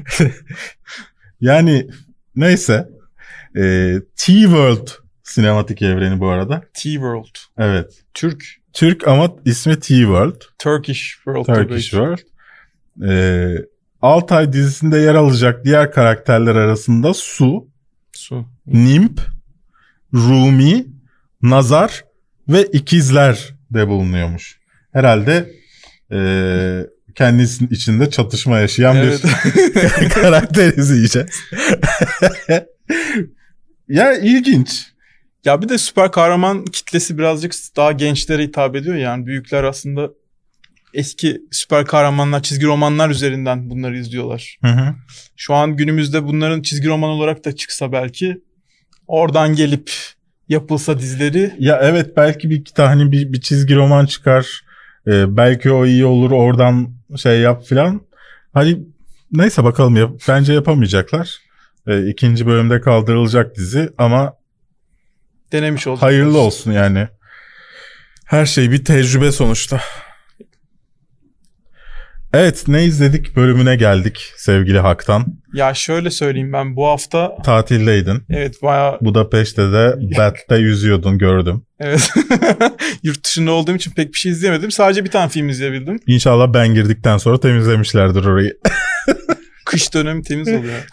Yani neyse. E, T-World sinematik evreni bu arada. T-World. Evet. Türk. Türk ama ismi T-World. Turkish World. Turkish World. E, Altay dizisinde yer alacak diğer karakterler arasında Su, Su, Nimp, Rumi, Nazar ve İkizler de bulunuyormuş. Herhalde e, kendisinin içinde çatışma yaşayan evet. bir karakter izleyeceğiz. Ya ilginç. Ya bir de süper kahraman kitlesi birazcık daha gençlere hitap ediyor yani. Büyükler aslında eski süper kahramanlar, çizgi romanlar üzerinden bunları izliyorlar. Hı hı. Şu an günümüzde bunların çizgi roman olarak da çıksa belki oradan gelip yapılsa dizileri. Ya evet belki bir iki tane bir, bir çizgi roman çıkar. Ee, belki o iyi olur oradan şey yap filan. Hani neyse bakalım yap. Bence yapamayacaklar. Ee, ikinci bölümde kaldırılacak dizi ama denemiş olacak. Hayırlı olsun yani. Her şey bir tecrübe sonuçta. Evet, ne izledik bölümüne geldik sevgili Hak'tan. Ya şöyle söyleyeyim, ben bu hafta tatildeydin. Evet, bayağı Budapeşte de Bat'te yüzüyordun, gördüm. Evet. Yurt dışında olduğum için pek bir şey izleyemedim. Sadece bir tane film izleyebildim. İnşallah ben girdikten sonra temizlemişlerdir orayı. Kış dönemi temiz oluyor.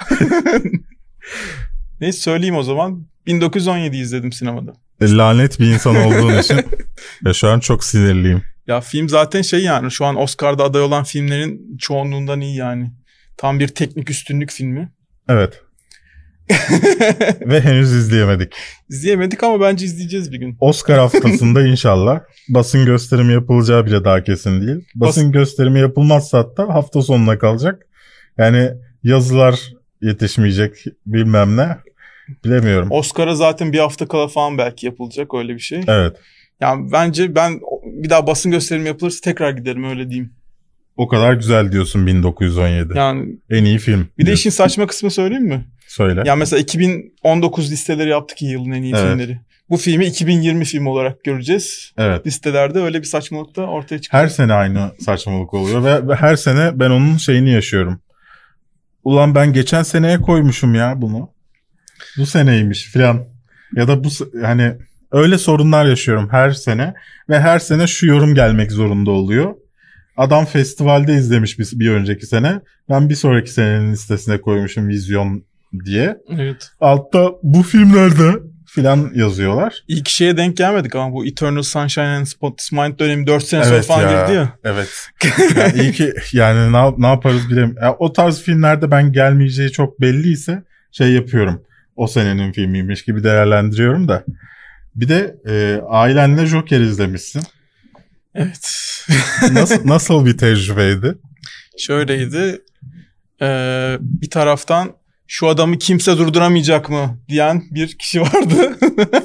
Neyse söyleyeyim o zaman. bin dokuz yüz on yedi izledim sinemada. Lanet bir insan olduğun için ya şu an çok sinirliyim. Ya film zaten şey yani şu an Oscar'da aday olan filmlerin çoğunluğundan iyi yani. Tam bir teknik üstünlük filmi. Evet. Ve henüz izleyemedik. İzleyemedik ama bence izleyeceğiz bir gün. Oscar haftasında inşallah. Basın gösterimi yapılacağı bile daha kesin değil. Basın Bas- gösterimi yapılmazsa hatta hafta sonuna kalacak. Yani yazılar yetişmeyecek, bilmem ne. Bilemiyorum. Oscar'a zaten bir hafta kala falan belki yapılacak öyle bir şey. Evet. Yani bence ben bir daha basın gösterimi yapılırsa tekrar giderim, öyle diyeyim. O kadar güzel diyorsun bin dokuz yüz on yedi. Yani en iyi film. Bir diyorsun. De işin saçma kısmı söyleyeyim mi? Söyle. Yani mesela iki bin on dokuz listeleri yaptık ya, yılın en iyi evet. filmleri. Bu filmi iki bin yirmi film olarak göreceğiz. Evet. Listelerde öyle bir saçmalık da ortaya çıkıyor. Her sene aynı saçmalık oluyor ve, ve her sene ben onun şeyini yaşıyorum. Ulan ben geçen seneye koymuşum ya bunu. Bu seneymiş filan. Ya da bu hani öyle sorunlar yaşıyorum her sene ve her sene şu yorum gelmek zorunda oluyor. Adam festivalde izlemiş bir, bir önceki sene. Ben bir sonraki senenin listesine koymuşum vizyon diye. Evet. Altta bu filmlerde filan yazıyorlar. İlk şeye denk gelmedik ama bu Eternal Sunshine and Spotless Mind dönemi dört sene evet sonra falan ya, girdi ya. Evet. Yani iyi ki yani ne, ne yaparız bilemiyorum. Yani o tarz filmlerde ben gelmeyeceği çok belliyse şey yapıyorum. O senenin filmiymiş gibi değerlendiriyorum da. Bir de e, ailenle Joker izlemişsin. Evet. nasıl, nasıl bir tecrübeydi? Şöyleydi. Ee, bir taraftan şu adamı kimse durduramayacak mı diyen bir kişi vardı.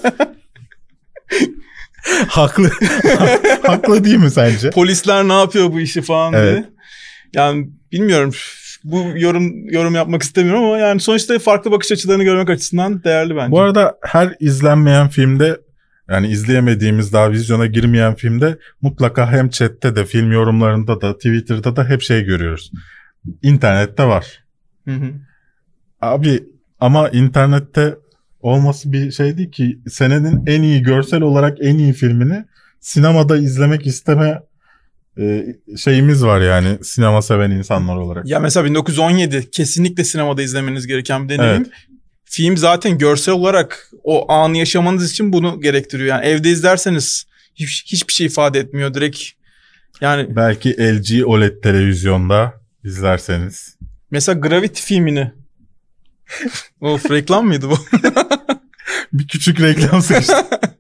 Haklı. Haklı değil mi sence? Polisler ne yapıyor bu işi falan evet. diye. Yani bilmiyorum. Bu yorum yorum yapmak istemiyorum ama yani sonuçta farklı bakış açılarını görmek açısından değerli bence. Bu arada her izlenmeyen filmde, yani izleyemediğimiz, daha vizyona girmeyen filmde mutlaka hem chatte de, film yorumlarında da, Twitter'da da hep şey görüyoruz. İnternette var. Hı hı. Abi ama internette olması bir şey değil ki. Senenin en iyi, görsel olarak en iyi filmini sinemada izlemek isteme e, şeyimiz var yani, sinema seven insanlar olarak. Ya mesela bin dokuz yüz on yedi kesinlikle sinemada izlemeniz gereken bir deneyim. Evet. Film zaten görsel olarak o anı yaşamanız için bunu gerektiriyor. Yani evde izlerseniz hiç, hiçbir şey ifade etmiyor direkt. Yani belki L G O L E D televizyonda izlerseniz. Mesela Gravity filmini. Of, reklam mıydı bu? Bir küçük reklam sıkıştı.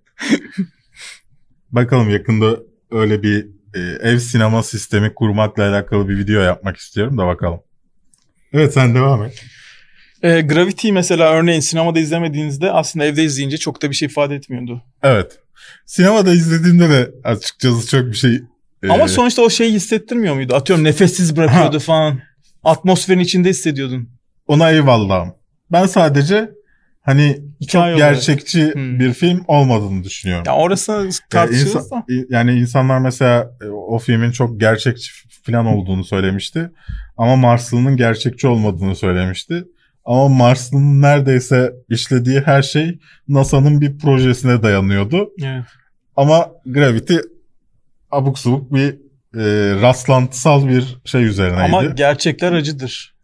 Bakalım yakında öyle bir e, ev sinema sistemi kurmakla alakalı bir video yapmak istiyorum da bakalım. Evet, sen devam et. E, Gravity mesela örneğin sinemada izlemediğinizde aslında evde izleyince çok da bir şey ifade etmiyordu. Evet. Sinemada izlediğimde de açıkçası çok bir şey... E... Ama sonuçta o şeyi hissettirmiyor muydu? Atıyorum nefessiz bırakıyordu ha. falan. Atmosferin içinde hissediyordun. Ona eyvallahım. Ben sadece hani hikaye çok gerçekçi hmm. bir film olmadığını düşünüyorum. Ya orası tartışılır yani, da. Yani insanlar mesela o filmin çok gerçekçi falan olduğunu söylemişti. Ama Marslı'nın gerçekçi olmadığını söylemişti. Ama Marslı'nın neredeyse işlediği her şey NASA'nın bir projesine dayanıyordu. Evet. Ama Gravity abuk subuk bir e, rastlantısal bir şey üzerineydi. Ama gerçekler acıdır.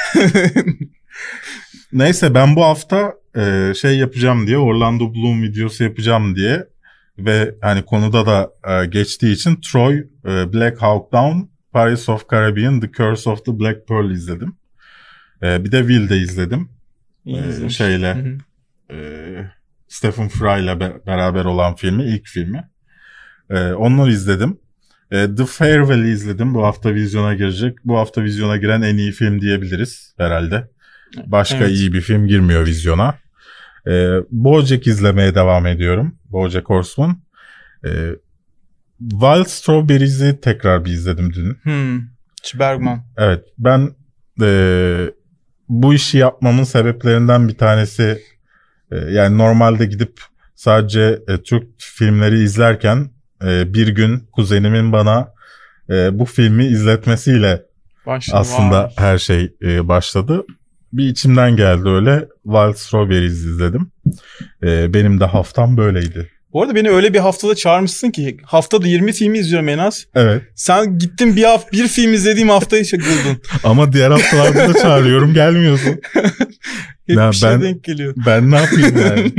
Neyse, ben bu hafta e, şey yapacağım diye, Orlando Bloom videosu yapacağım diye ve hani konuda da e, geçtiği için Troy, e, Black Hawk Down, Pirates of Caribbean, The Curse of the Black Pearl izledim. E, bir de Will'de izledim. E, şeyle hı hı. E, Stephen Fry'la be- beraber olan filmi, ilk filmi. E, onları izledim. E, The Farewell'i izledim. Bu hafta vizyona girecek. Bu hafta vizyona giren en iyi film diyebiliriz herhalde. Başka evet. iyi bir film girmiyor vizyona. Ee, BoJack izlemeye devam ediyorum. BoJack Horseman. Ee, Wild Strawberries'i tekrar bir izledim dün. Hmm. Bergman. Evet. Ben e, bu işi yapmamın sebeplerinden bir tanesi e, yani normalde gidip sadece e, Türk filmleri izlerken e, bir gün kuzenimin bana e, bu filmi izletmesiyle Başladı, aslında var. her şey e, başladı. Bir içimden geldi öyle. Wild Strawberries izledim. Ee, benim de haftam böyleydi. Bu arada beni öyle bir haftada çağırmışsın ki haftada yirmi filmi izliyorum en az. Evet. Sen gittin bir hafta bir film izlediğim haftayı şakıldın. Ama diğer haftalarda da çağırıyorum, gelmiyorsun. Hep ya bir şey ben, denk geliyor. Ben ne yapayım yani?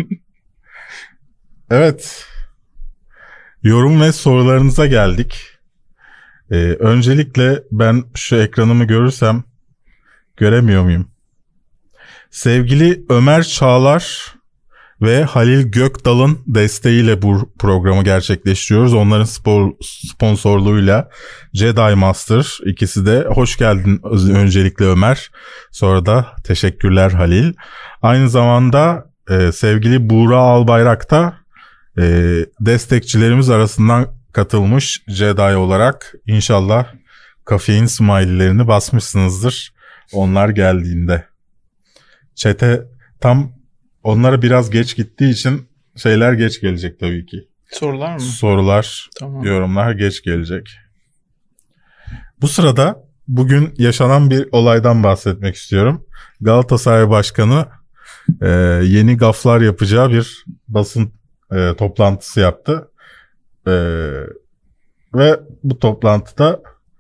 Evet. Yorum ve sorularınıza geldik. Ee, öncelikle ben şu ekranımı görürsem göremiyor muyum? Sevgili Ömer Çağlar ve Halil Gökdal'ın desteğiyle bu programı gerçekleştiriyoruz. Onların spor, sponsorluğuyla Jedi Master, ikisi de hoş geldin öncelikle Ömer. Sonra da teşekkürler Halil. Aynı zamanda e, sevgili Buğra Albayrak da e, destekçilerimiz arasından katılmış Jedi olarak. İnşallah kafein smiley'lerini basmışsınızdır onlar geldiğinde. Chat'e tam onlara biraz geç gittiği için şeyler geç gelecek tabii ki. Sorular mı? Sorular, tamam. Yorumlar geç gelecek. Bu sırada bugün yaşanan bir olaydan bahsetmek istiyorum. Galatasaray Başkanı e, yeni gaflar yapacağı bir basın e, toplantısı yaptı. E, ve bu toplantıda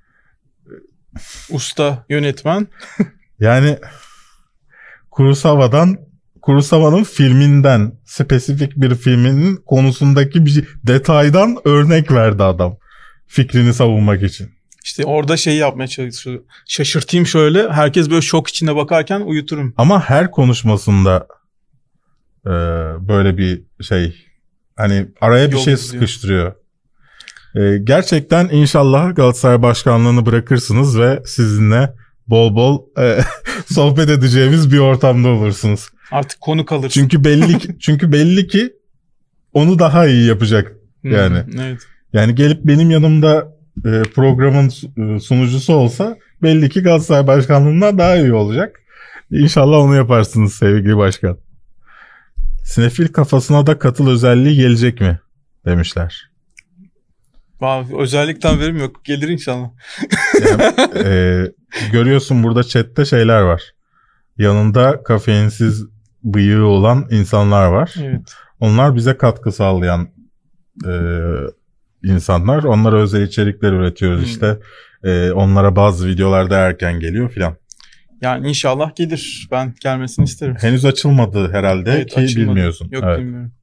usta yönetmen yani Kurosawa'dan Kurosawa'nın filminden, spesifik bir filminin konusundaki bir detaydan örnek verdi adam. Fikrini savunmak için. İşte orada şeyi yapmaya çalışıyor. Şaşırtayım şöyle. Herkes böyle şok içinde bakarken uyuturum. Ama her konuşmasında e, böyle bir şey, hani araya bir Yol şey izliyor. Sıkıştırıyor. E, gerçekten inşallah Galatasaray Başkanlığı'nı bırakırsınız ve sizinle bol bol e, sohbet edeceğimiz bir ortamda olursunuz. Artık konu kalır. Çünkü belli ki, çünkü belli ki onu daha iyi yapacak yani. Hmm, evet. Yani gelip benim yanımda e, programın sunucusu olsa belli ki Galatasaray Başkanlığı'ndan daha iyi olacak. İnşallah onu yaparsınız sevgili başkan. Sinefil kafasına da katıl özelliği gelecek mi demişler. Vallahi özellikten verim yok. Gelir inşallah. Yani, e, görüyorsun burada chatte şeyler var. Yanında kafeinsiz bıyığı olan insanlar var. Evet. Onlar bize katkı sağlayan e, insanlar. Onlara özel içerikler üretiyoruz hmm. işte. E, onlara bazı videolarda erken geliyor filan. Yani inşallah gelir. Ben gelmesini isterim. Henüz açılmadı herhalde evet, ki açılmadı. Bilmiyorsun. Yok evet. Bilmiyorum.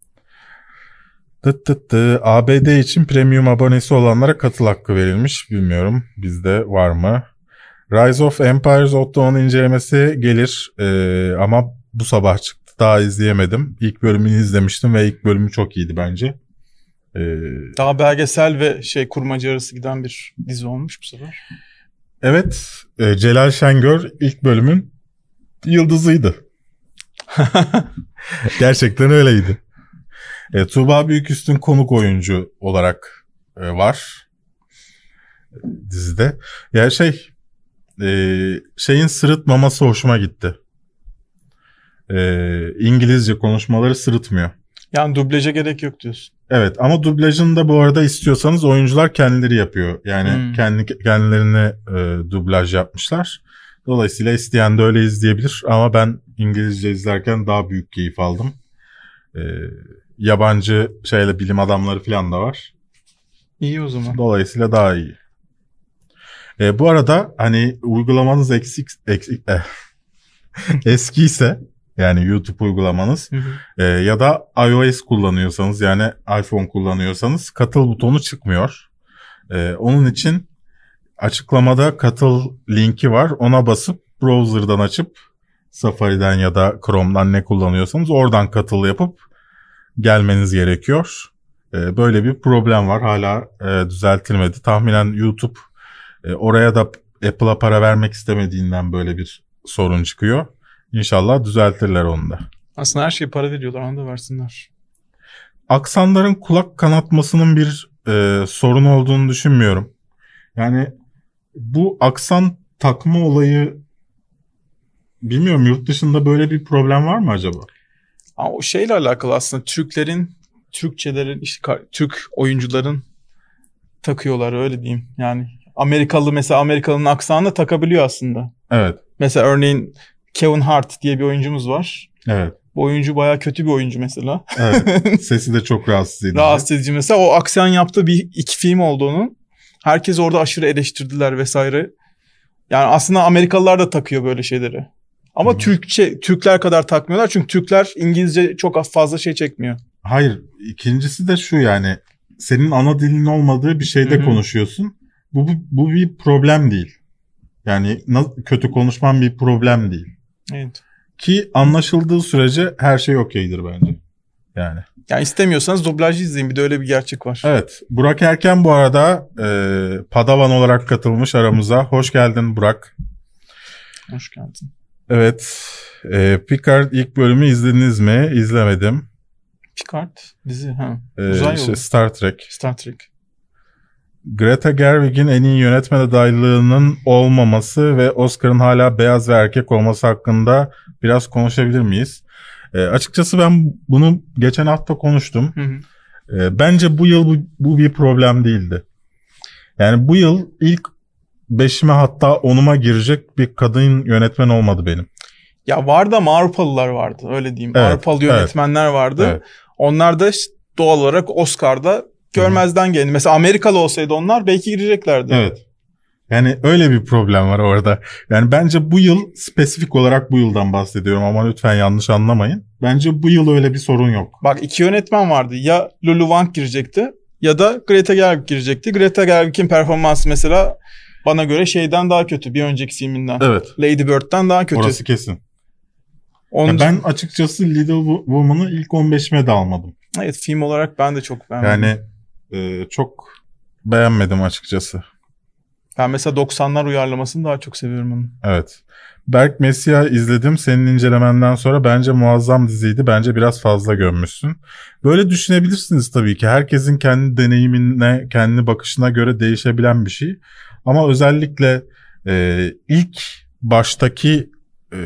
Tıt tıt tıt. A B D için premium abonesi olanlara katıl hakkı verilmiş. Bilmiyorum bizde var mı? Rise of Empires Otto'nun incelemesi gelir ee, ama bu sabah çıktı. Daha izleyemedim. İlk bölümünü izlemiştim ve ilk bölümü çok iyiydi bence. Ee, Daha belgesel ve şey kurmaca arası giden bir dizi olmuş bu sefer. Evet. E, Celal Şengör ilk bölümün yıldızıydı. Gerçekten öyleydi. E, Tuğba Büyüküstün konuk oyuncu olarak e, var dizide. Yani şey e, şeyin sırıtmaması hoşuma gitti. E, İngilizce konuşmaları sırıtmıyor. Yani dublaja gerek yok diyorsun. Evet ama dublajını da bu arada istiyorsanız oyuncular kendileri yapıyor. Yani hmm. kendi kendilerine e, dublaj yapmışlar. Dolayısıyla isteyen de öyle izleyebilir. Ama ben İngilizce izlerken daha büyük keyif aldım. E, yabancı şeyle bilim adamları falan da var. İyi o zaman. Dolayısıyla daha iyi. E, bu arada hani uygulamanız eksik, eksik eh. eskiyse yani YouTube uygulamanız hı hı. E, ya da iOS kullanıyorsanız yani iPhone kullanıyorsanız katıl butonu çıkmıyor. E, onun için açıklamada katıl linki var. Ona basıp browser'dan açıp Safari'den ya da Chrome'dan ne kullanıyorsanız oradan katıl yapıp gelmeniz gerekiyor. E, böyle bir problem var. Hala e, düzeltilmedi. Tahminen YouTube e, oraya da Apple'a para vermek istemediğinden böyle bir sorun çıkıyor. İnşallah düzeltirler onu da. Aslında her şeye para veriyorlar, onu da versinler. Aksanların kulak kanatmasının bir e, sorun olduğunu düşünmüyorum. Yani bu aksan takma olayı bilmiyorum, yurt dışında böyle bir problem var mı acaba? Aa, o şeyle alakalı aslında Türklerin, Türkçelerin, işte Türk oyuncuların takıyorlar öyle diyeyim. Yani Amerikalı mesela Amerikalı'nın aksanını takabiliyor aslında. Evet. Mesela örneğin Kevin Hart diye bir oyuncumuz var. Evet. Bu oyuncu bayağı kötü bir oyuncu mesela. Evet. Sesi de çok rahatsız edici. Rahatsız edici mesela. O aksan yaptığı bir iki film oldu onun. Herkes orada aşırı eleştirdiler vesaire. Yani aslında Amerikalılar da takıyor böyle şeyleri. Ama hmm. Türkçe, Türkler kadar takmıyorlar. Çünkü Türkler İngilizce çok fazla şey çekmiyor. Hayır. İkincisi de şu, yani senin ana dilin olmadığı bir şeyde Hı-hı. konuşuyorsun. Bu, bu, bu bir problem değil. Yani kötü konuşman bir problem değil. Evet. Ki anlaşıldığı sürece her şey okeydir bence. Yani. Yani istemiyorsanız dublajı izleyin. Bir de öyle bir gerçek var. Evet. Burak Erken bu arada e, Padawan olarak katılmış aramıza. Hoş geldin Burak. Hoş geldin. Evet. E, Picard ilk bölümü izlediniz mi? İzlemedim. Picard dizi. Ha. E, Uzay işte yolu. Star Trek. Star Trek. Greta Gerwig'in en iyi yönetmen adaylığının olmaması ve Oscar'ın hala beyaz ve erkek olması hakkında biraz konuşabilir miyiz? E, açıkçası ben bunu geçen hafta konuştum. Hı hı. E, bence bu yıl bu, bu bir problem değildi. Yani bu yıl ilk beşime hatta onuma girecek bir kadın yönetmen olmadı benim. Ya vardı ama Avrupalılar vardı öyle diyeyim. Evet, Avrupalı yönetmenler evet, vardı. Evet. Onlar da doğal olarak Oscar'da görmezden geldi. Mesela Amerikalı olsaydı onlar belki gireceklerdi. Evet. Yani öyle bir problem var orada. Yani bence bu yıl spesifik olarak bu yıldan bahsediyorum ama lütfen yanlış anlamayın. Bence bu yıl öyle bir sorun yok. Bak iki yönetmen vardı. Ya Lulu Wang girecekti ya da Greta Gerwig girecekti. Greta Gerwig'in performansı mesela bana göre şeyden daha kötü. Bir önceki filminden. Evet. Lady Bird'den daha kötü. Orası kesin. Onun... Ya ben açıkçası Little Woman'ı ilk on beşime de almadım. Evet, film olarak ben de çok beğenmedim. Yani e, çok beğenmedim açıkçası. Ben mesela doksanlar uyarlamasını daha çok seviyorum onu. Evet. Berk Messiah izledim. Senin incelemenden sonra bence muazzam diziydi. Bence biraz fazla gömmüşsün. Böyle düşünebilirsiniz tabii ki. Herkesin kendi deneyimine, kendi bakışına göre değişebilen bir şey. Ama özellikle e, ilk baştaki e,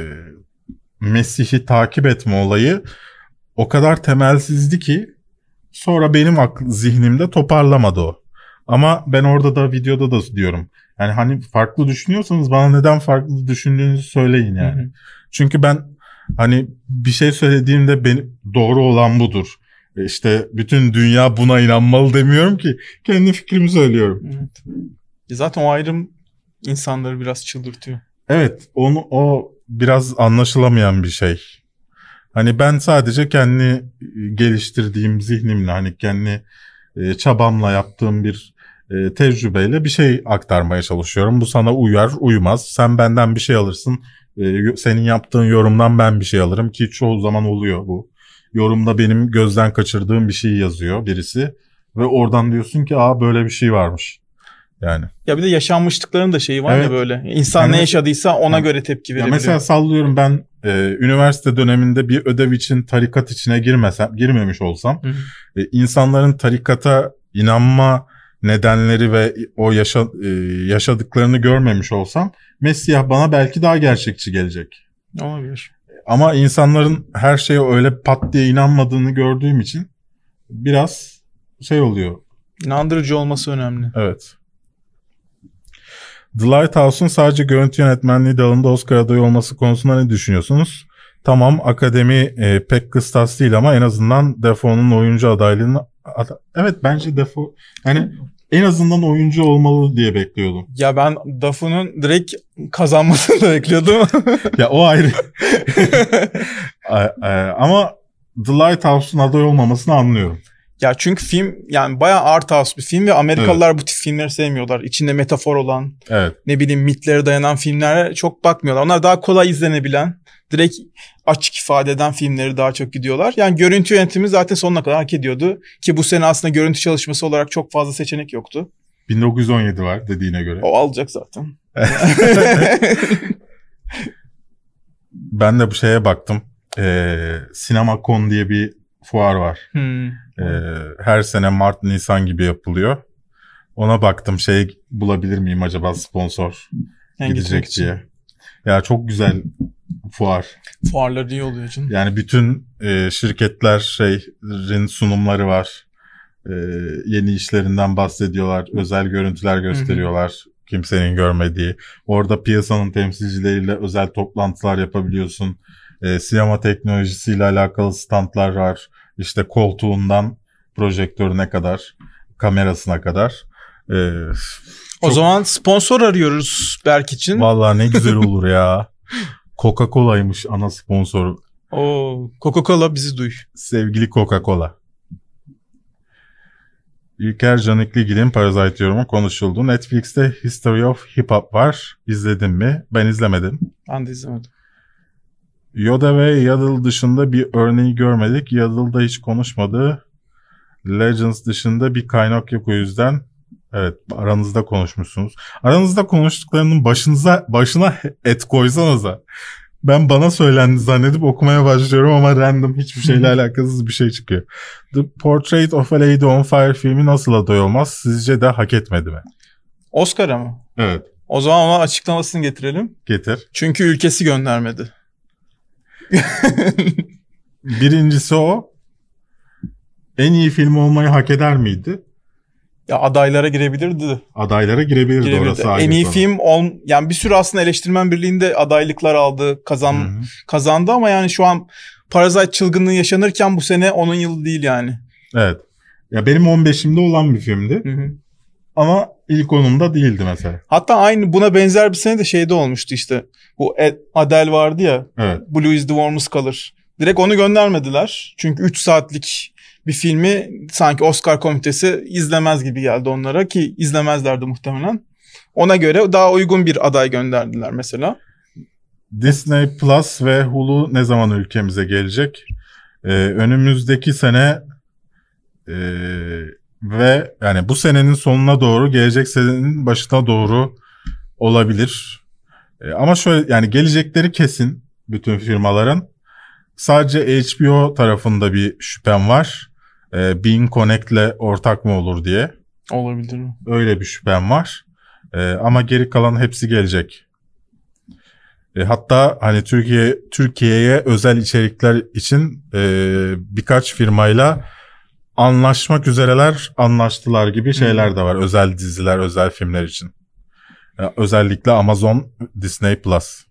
Mesih'i takip etme olayı o kadar temelsizdi ki sonra benim akl- zihnimde toparlamadı o. Ama ben orada da videoda da diyorum. Yani hani farklı düşünüyorsanız bana neden farklı düşündüğünüzü söyleyin yani. Hı hı. Çünkü ben hani bir şey söylediğimde benim doğru olan budur. İşte bütün dünya buna inanmalı demiyorum ki. Kendi fikrimi söylüyorum. Evet. Zaten o ayrım insanları biraz çıldırtıyor. Evet, onu o biraz anlaşılamayan bir şey. Hani ben sadece kendi geliştirdiğim zihnimle hani kendi e, çabamla yaptığım bir e, tecrübeyle bir şey aktarmaya çalışıyorum. Bu sana uyar, uymaz. Sen benden bir şey alırsın. E, senin yaptığın yorumdan ben bir şey alırım ki çoğu zaman oluyor bu. Yorumda benim gözden kaçırdığım bir şey yazıyor birisi ve oradan diyorsun ki aa böyle bir şey varmış. Yani. Ya bir de yaşanmışlıkların da şeyi var evet. Ya böyle. İnsan yani ne yaşadıysa ona yani, göre tepki verebiliyor. Mesela sallıyorum ben e, üniversite döneminde bir ödev için tarikat içine girmesem, girmemiş olsam e, insanların tarikata inanma nedenleri ve o yaşa, e, yaşadıklarını görmemiş olsam Mesih bana belki daha gerçekçi gelecek. Olabilir. Ama insanların her şeye öyle pat diye inanmadığını gördüğüm için biraz şey oluyor. İnandırıcı olması önemli. Evet. The Lighthouse'un sadece görüntü yönetmenliği dalında Oscar adayı olması konusunda ne düşünüyorsunuz? Tamam, akademi e, pek kıstas değil ama en azından Dafoe'nun oyuncu adaylığını... Evet, bence Dafoe... Yani en azından oyuncu olmalı diye bekliyordum. Ya ben Dafoe'nun direkt kazanmasını da bekliyordum. Ya o ayrı. Ama The Lighthouse'un aday olmamasını anlıyorum. Ya çünkü film yani bayağı art house bir film ve Amerikalılar evet. Bu tip filmleri sevmiyorlar. İçinde metafor olan, evet. Ne bileyim mitlere dayanan filmlere çok bakmıyorlar. Onlar daha kolay izlenebilen, direkt açık ifade eden filmleri daha çok gidiyorlar. Yani görüntü yönetimi zaten sonuna kadar hak ediyordu. Ki bu sene aslında görüntü çalışması olarak çok fazla seçenek yoktu. bin dokuz yüz on yedi var dediğine göre. O alacak zaten. Ben de bu şeye baktım. Ee, CinemaCon diye bir fuar var. Hmm. Ee, her sene Mart, Nisan gibi yapılıyor. Ona baktım şey bulabilir miyim acaba sponsor yani gidecek diye. Ya çok güzel fuar. Fuarlar iyi oluyor canım. Yani bütün e, şirketler şeyin sunumları var. E, yeni işlerinden bahsediyorlar. Özel görüntüler gösteriyorlar. Hı hı. Kimsenin görmediği. Orada piyasanın temsilcileriyle özel toplantılar yapabiliyorsun. E, sinema teknolojisiyle alakalı standlar var. İşte koltuğundan projektörüne kadar, kamerasına kadar. Ee, o çok... zaman sponsor arıyoruz Berk için. Vallahi ne güzel olur ya. Coca-Cola'ymış ana sponsor. Oo, Coca-Cola bizi duy. Sevgili Coca-Cola. İlker Canikligil'in Parasite yorumu konuşuldu. Netflix'te History of Hip Hop var. İzledin mi? Ben izlemedim. Ben de izlemedim. Yoda ve Yaddle dışında bir örneği görmedik. Yaddle'da hiç konuşmadı. Legends dışında bir kaynak yok o yüzden. Evet, aranızda konuşmuşsunuz. Aranızda konuştuklarının başınıza başına et koysanıza. Ben bana söylendi zannedip okumaya başlıyorum ama random hiçbir şeyle alakasız bir şey çıkıyor. The Portrait of a Lady on Fire filmi nasıl aday olmaz? Sizce de hak etmedi mi? Oscar'a mı? Evet. O zaman ona açıklamasını getirelim. Getir. Çünkü ülkesi göndermedi. Birincisi o. En iyi film olmayı hak eder miydi? Ya adaylara girebilirdi. Adaylara girebilirdi, girebilirdi. Orası ayrı. En iyi konu. Film ol, yani bir sürü aslında eleştirmen birliğinde adaylıklar aldı, kazan Hı-hı. kazandı ama yani şu an Parasite çılgınlığı yaşanırken bu sene onun yılı değil yani. Evet. Ya benim on beşimde olan bir filmdi. Hı-hı. Ama ilk onumda değildi mesela. Hatta aynı buna benzer bir sene de şeyde olmuştu işte. Bu Adele vardı ya. Evet. Blue is the warmest color. Direkt onu göndermediler. Çünkü üç saatlik bir filmi sanki Oscar komitesi izlemez gibi geldi onlara ki izlemezlerdi muhtemelen. Ona göre daha uygun bir aday gönderdiler mesela. Disney Plus ve Hulu ne zaman ülkemize gelecek? Ee, önümüzdeki sene e, ve yani bu senenin sonuna doğru, gelecek senenin başına doğru olabilir. Ee, ama şöyle, yani gelecekleri kesin bütün firmaların. Sadece H B O tarafında bir şüphem var. Ee, Bean Connect'le ortak mı olur diye. Olabilir mi? Öyle bir şüphem var. Ee, ama geri kalan hepsi gelecek. Ee, hatta hani Türkiye Türkiye'ye özel içerikler için e, birkaç firmayla anlaşmak üzereler, anlaştılar gibi şeyler hmm. de var. Özel diziler, özel filmler için. Ee, özellikle Amazon, Disney Plus.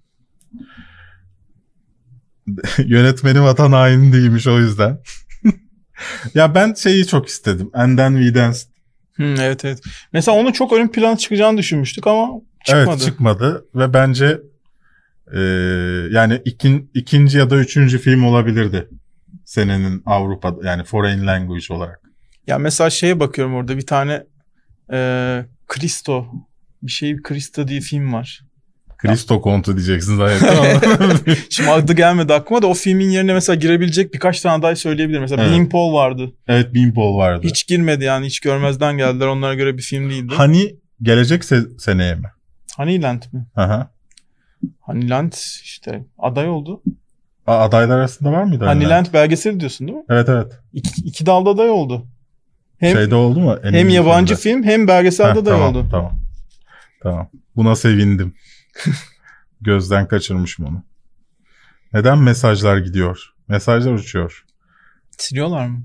Yönetmeni vatan haini değilmiş o yüzden. Ya ben şeyi çok istedim. And Then We Danced. Hmm, evet evet. Mesela onun çok ön plana çıkacağını düşünmüştük ama çıkmadı. Evet, çıkmadı ve bence e, yani ikin, ikinci ya da üçüncü film olabilirdi. Senenin Avrupa'da, yani foreign language olarak. Ya mesela şeye bakıyorum, orada bir tane e, Cristo bir şey Cristo diye film var. Cristo Kontu diyeceksin zaten. Şimdi adı gelmedi aklıma da o filmin yerine mesela girebilecek birkaç tane aday söyleyebilirim. Mesela evet. Bean Paul vardı. Evet, Bean Paul vardı. Hiç girmedi yani, hiç görmezden geldiler. Onlara göre bir film değildi. Honey gelecek se- seneye mi? Honeyland mi? Aha. Honeyland işte aday oldu. A- adaylar arasında var mıydı? Honeyland belgeseli diyorsun değil mi? Evet evet. İki, iki dalda aday oldu. Hem, Şeyde oldu mu? En hem yabancı filmde. Film hem belgeselde Heh, aday tamam, oldu. Tamam. Tamam. Buna sevindim. Gözden kaçırmışım onu. Neden mesajlar gidiyor? Mesajlar uçuyor. Siliyorlar mı?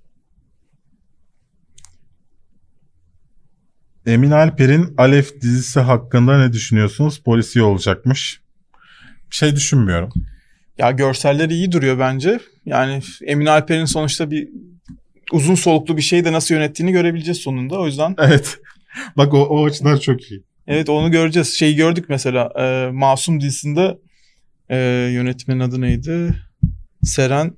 Emin Alper'in Alef dizisi hakkında ne düşünüyorsunuz? Polisiye olacakmış. Bir şey düşünmüyorum. Ya görselleri iyi duruyor bence. Yani Emin Alper'in sonuçta bir uzun soluklu bir şeyi de nasıl yönettiğini görebileceğiz sonunda. O yüzden. Evet. Bak o, o açıdan çok iyi. Evet, onu göreceğiz. Şeyi gördük mesela e, Masum dizisinde e, yönetmenin adı neydi? Seren.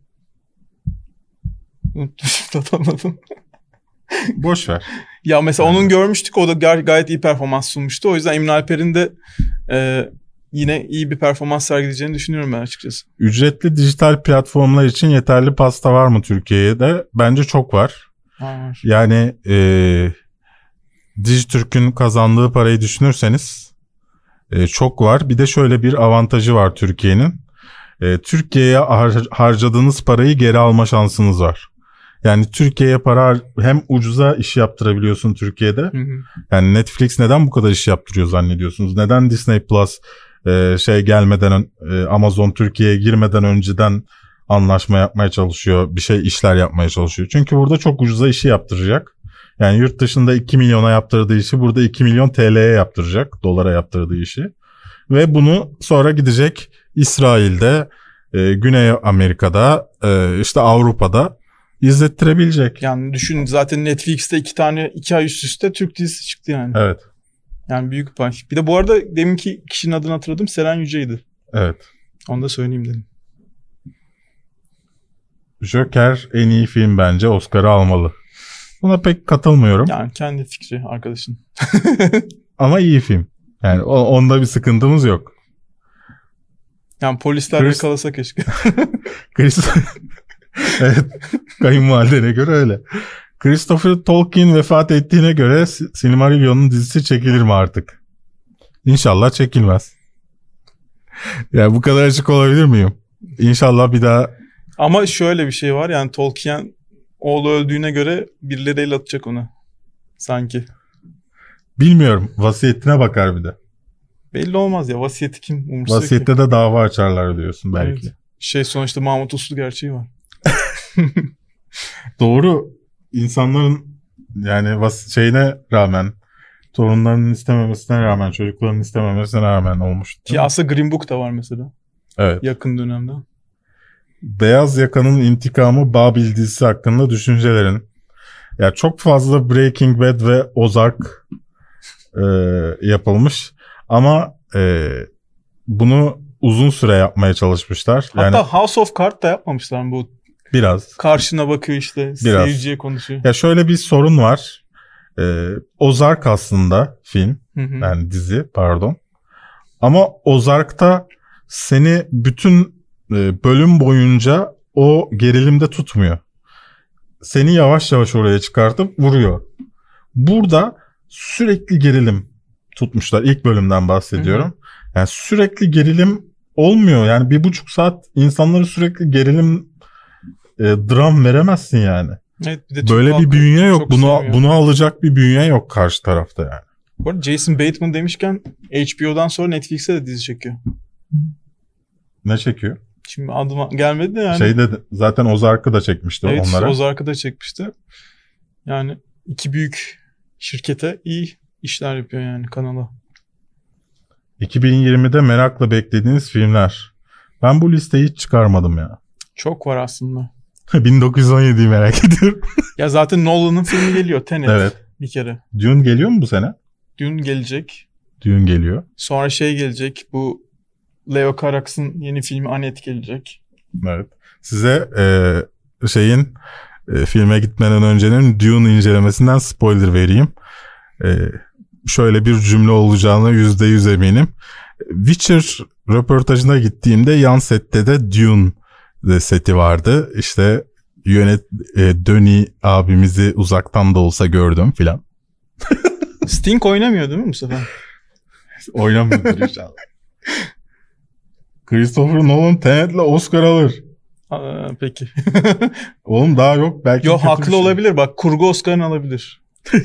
Unuttum. Boş ver. Ya mesela yani. Onun görmüştük. O da gay- gayet iyi performans sunmuştu. O yüzden Emin Alper'in de e, yine iyi bir performans sergileyeceğini düşünüyorum ben açıkçası. Ücretli dijital platformlar için yeterli pasta var mı Türkiye'de? Bence çok var. Var. Yani eee Dijitürk'ün kazandığı parayı düşünürseniz e, çok var. Bir de şöyle bir avantajı var Türkiye'nin. E, Türkiye'ye har- harcadığınız parayı geri alma şansınız var. Yani Türkiye'ye para hem ucuza iş yaptırabiliyorsun Türkiye'de. Hı hı. Yani Netflix neden bu kadar iş yaptırıyor zannediyorsunuz? Neden Disney Plus e, şey gelmeden e, Amazon Türkiye'ye girmeden önceden anlaşma yapmaya çalışıyor, bir şey işler yapmaya çalışıyor? Çünkü burada çok ucuza işi yaptıracak. Yani yurt dışında iki milyona yaptırdığı işi burada iki milyon T L'ye yaptıracak. Dolara yaptırdığı işi. Ve bunu sonra gidecek İsrail'de, e, Güney Amerika'da, e, işte Avrupa'da izlettirebilecek. Yani düşün, zaten Netflix'te iki tane iki ay üst üste Türk dizisi çıktı yani. Evet. Yani büyük pay. Bir de bu arada deminki kişinin adını hatırladım. Seren Yüce'ydi. Evet. Onu da söyleyeyim dedim. Joker en iyi film bence. Oscar'ı almalı. Buna pek katılmıyorum. Yani kendi fikri arkadaşın. Ama iyi film. Yani onda bir sıkıntımız yok. Yani polisler Chris... yakalasa keşke. Chris... evet. Kayınvalidene göre öyle. Christopher Tolkien vefat ettiğine göre Silmarillion'un dizisi çekilir mi artık? İnşallah çekilmez. Ya bu kadar açık olabilir miyim? İnşallah bir daha... Ama şöyle bir şey var, yani Tolkien oğlu öldüğüne göre birileri el atacak ona. Sanki. Bilmiyorum. Vasiyetine bakar bir de. Belli olmaz ya. Vasiyeti kim umursuyor ki? Vasiyette de dava açarlar diyorsun belki. Evet. Şey sonuçta Mahmut Uslu gerçeği var. Doğru. İnsanların yani vas- şeyine rağmen, torunlarının istememesine rağmen, çocuklarının istememesine rağmen olmuş. Ki aslında Green Book da var mesela. Evet. Yakın dönemde. Beyaz Yaka'nın intikamı Babil dizisi hakkında düşüncelerin. Ya çok fazla Breaking Bad ve Ozark e, yapılmış ama e, bunu uzun süre yapmaya çalışmışlar. Hatta yani, House of Cards da yapmamışlar bu. Biraz. Karşına bakıyor işte, Biraz. seyirciye konuşuyor. Ya şöyle bir sorun var. E, Ozark aslında film, Hı hı. yani dizi pardon. Ama Ozark'ta seni bütün e, bölüm boyunca o gerilimde tutmuyor. Seni yavaş yavaş oraya çıkartıp vuruyor. Burada sürekli gerilim tutmuşlar. İlk bölümden bahsediyorum. Hı hı. Yani sürekli gerilim olmuyor. Yani bir buçuk saat insanları sürekli gerilim e, dram veremezsin yani. Evet, bir de böyle bir bünye yok. Bunu sevmiyor. Bunu alacak bir bünye yok karşı tarafta yani. Bu arada Jason Bateman demişken H B O'dan sonra Netflix'e de dizi çekiyor. Ne çekiyor? Şimdi adıma gelmedi de yani. Şey de zaten Ozark'ı da çekmişti evet, onlara. Evet, Ozark'ı da çekmişti. Yani iki büyük şirkete iyi işler yapıyor yani kanala. iki bin yirmide merakla beklediğiniz filmler. Ben bu listeyi hiç çıkarmadım ya. Çok var aslında. bin dokuz yüz on yediyi merak ediyorum. Ya zaten Nolan'ın filmi geliyor. Tenet. Evet. Bir kere. Dune geliyor mu bu sene? Dune gelecek. Dune geliyor. Sonra şey gelecek. Bu Leo Carax'ın yeni filmi Annette gelecek. Evet. Size e, şeyin e, filme gitmeden öncenin Dune incelemesinden spoiler vereyim. E, şöyle bir cümle olacağına yüzde yüz eminim. Witcher röportajına gittiğimde yan sette de Dune de seti vardı. İşte yönet e, Döni abimizi uzaktan da olsa gördüm filan. Sting oynamıyor değil mi bu sefer? Oynamıyordur inşallah. Christopher Nolan Tenet'le Oscar alır. Aa, peki. Oğlum daha yok. Belki yok haklı şey. Olabilir. Bak kurgu Oscar'ını alabilir.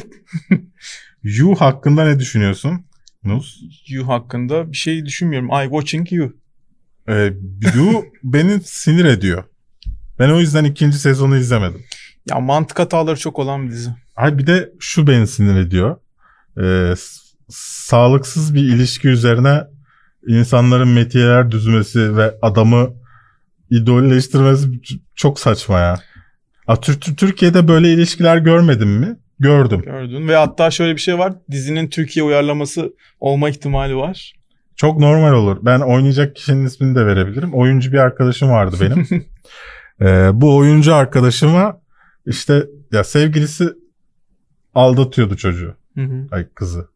You hakkında ne düşünüyorsun? Nus? You hakkında bir şey düşünmüyorum. I watching you. Ee, You beni sinir ediyor. Ben o yüzden ikinci sezonu izlemedim. Ya mantık hataları çok olan bir dizi. Hayır bir de şu beni sinir ediyor. Ee, sağlıksız bir ilişki üzerine insanların metiyeler düzmesi ve adamı idolleştirmesi çok saçma ya. Türkiye'de böyle ilişkiler görmedin mi? Gördüm. Gördün ve hatta şöyle bir şey var. Dizinin Türkiye uyarlaması olma ihtimali var. Çok normal olur. Ben oynayacak kişinin ismini de verebilirim. Oyuncu bir arkadaşım vardı benim. ee, bu oyuncu arkadaşıma işte ya sevgilisi aldatıyordu çocuğu. Hı hı. Ay kızı.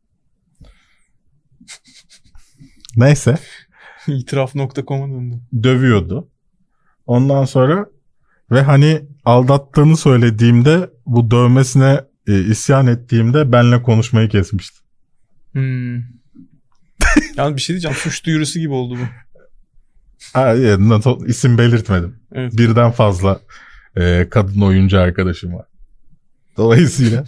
Neyse. itiraf nokta com'a döndü. Dövüyordu. Ondan sonra ve hani aldattığını söylediğimde bu dövmesine e, isyan ettiğimde benle konuşmayı kesmişti. Hmm. Yani bir şey diyeceğim. Suç duyurusu gibi oldu bu. Ha, isim belirtmedim. Evet. Birden fazla e, kadın oyuncu arkadaşım var. Dolayısıyla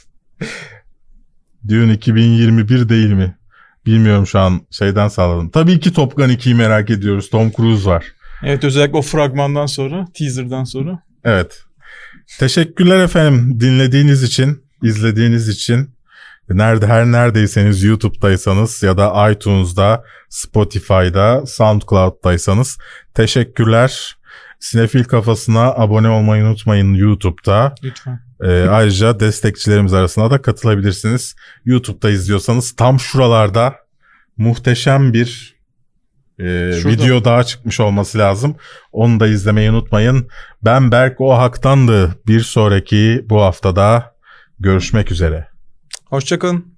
Dune iki bin yirmi bir değil mi? Bilmiyorum şu an şeyden sağladım. Tabii ki Top Gun ikiyi merak ediyoruz. Tom Cruise var. Evet özellikle o fragmandan sonra, teaser'dan sonra. Evet. Teşekkürler efendim dinlediğiniz için, izlediğiniz için. Nerede her neredeyseniz YouTube'daysanız ya da iTunes'da, Spotify'da, SoundCloud'daysanız teşekkürler. Sinefil Kafasına abone olmayı unutmayın YouTube'da. Lütfen. Ee, ayrıca destekçilerimiz arasına da katılabilirsiniz. YouTube'da izliyorsanız tam şuralarda muhteşem bir e, video daha çıkmış olması lazım. Onu da izlemeyi unutmayın. Ben Berk O Hak'tandı. Bir sonraki bu haftada görüşmek üzere. Hoşçakalın.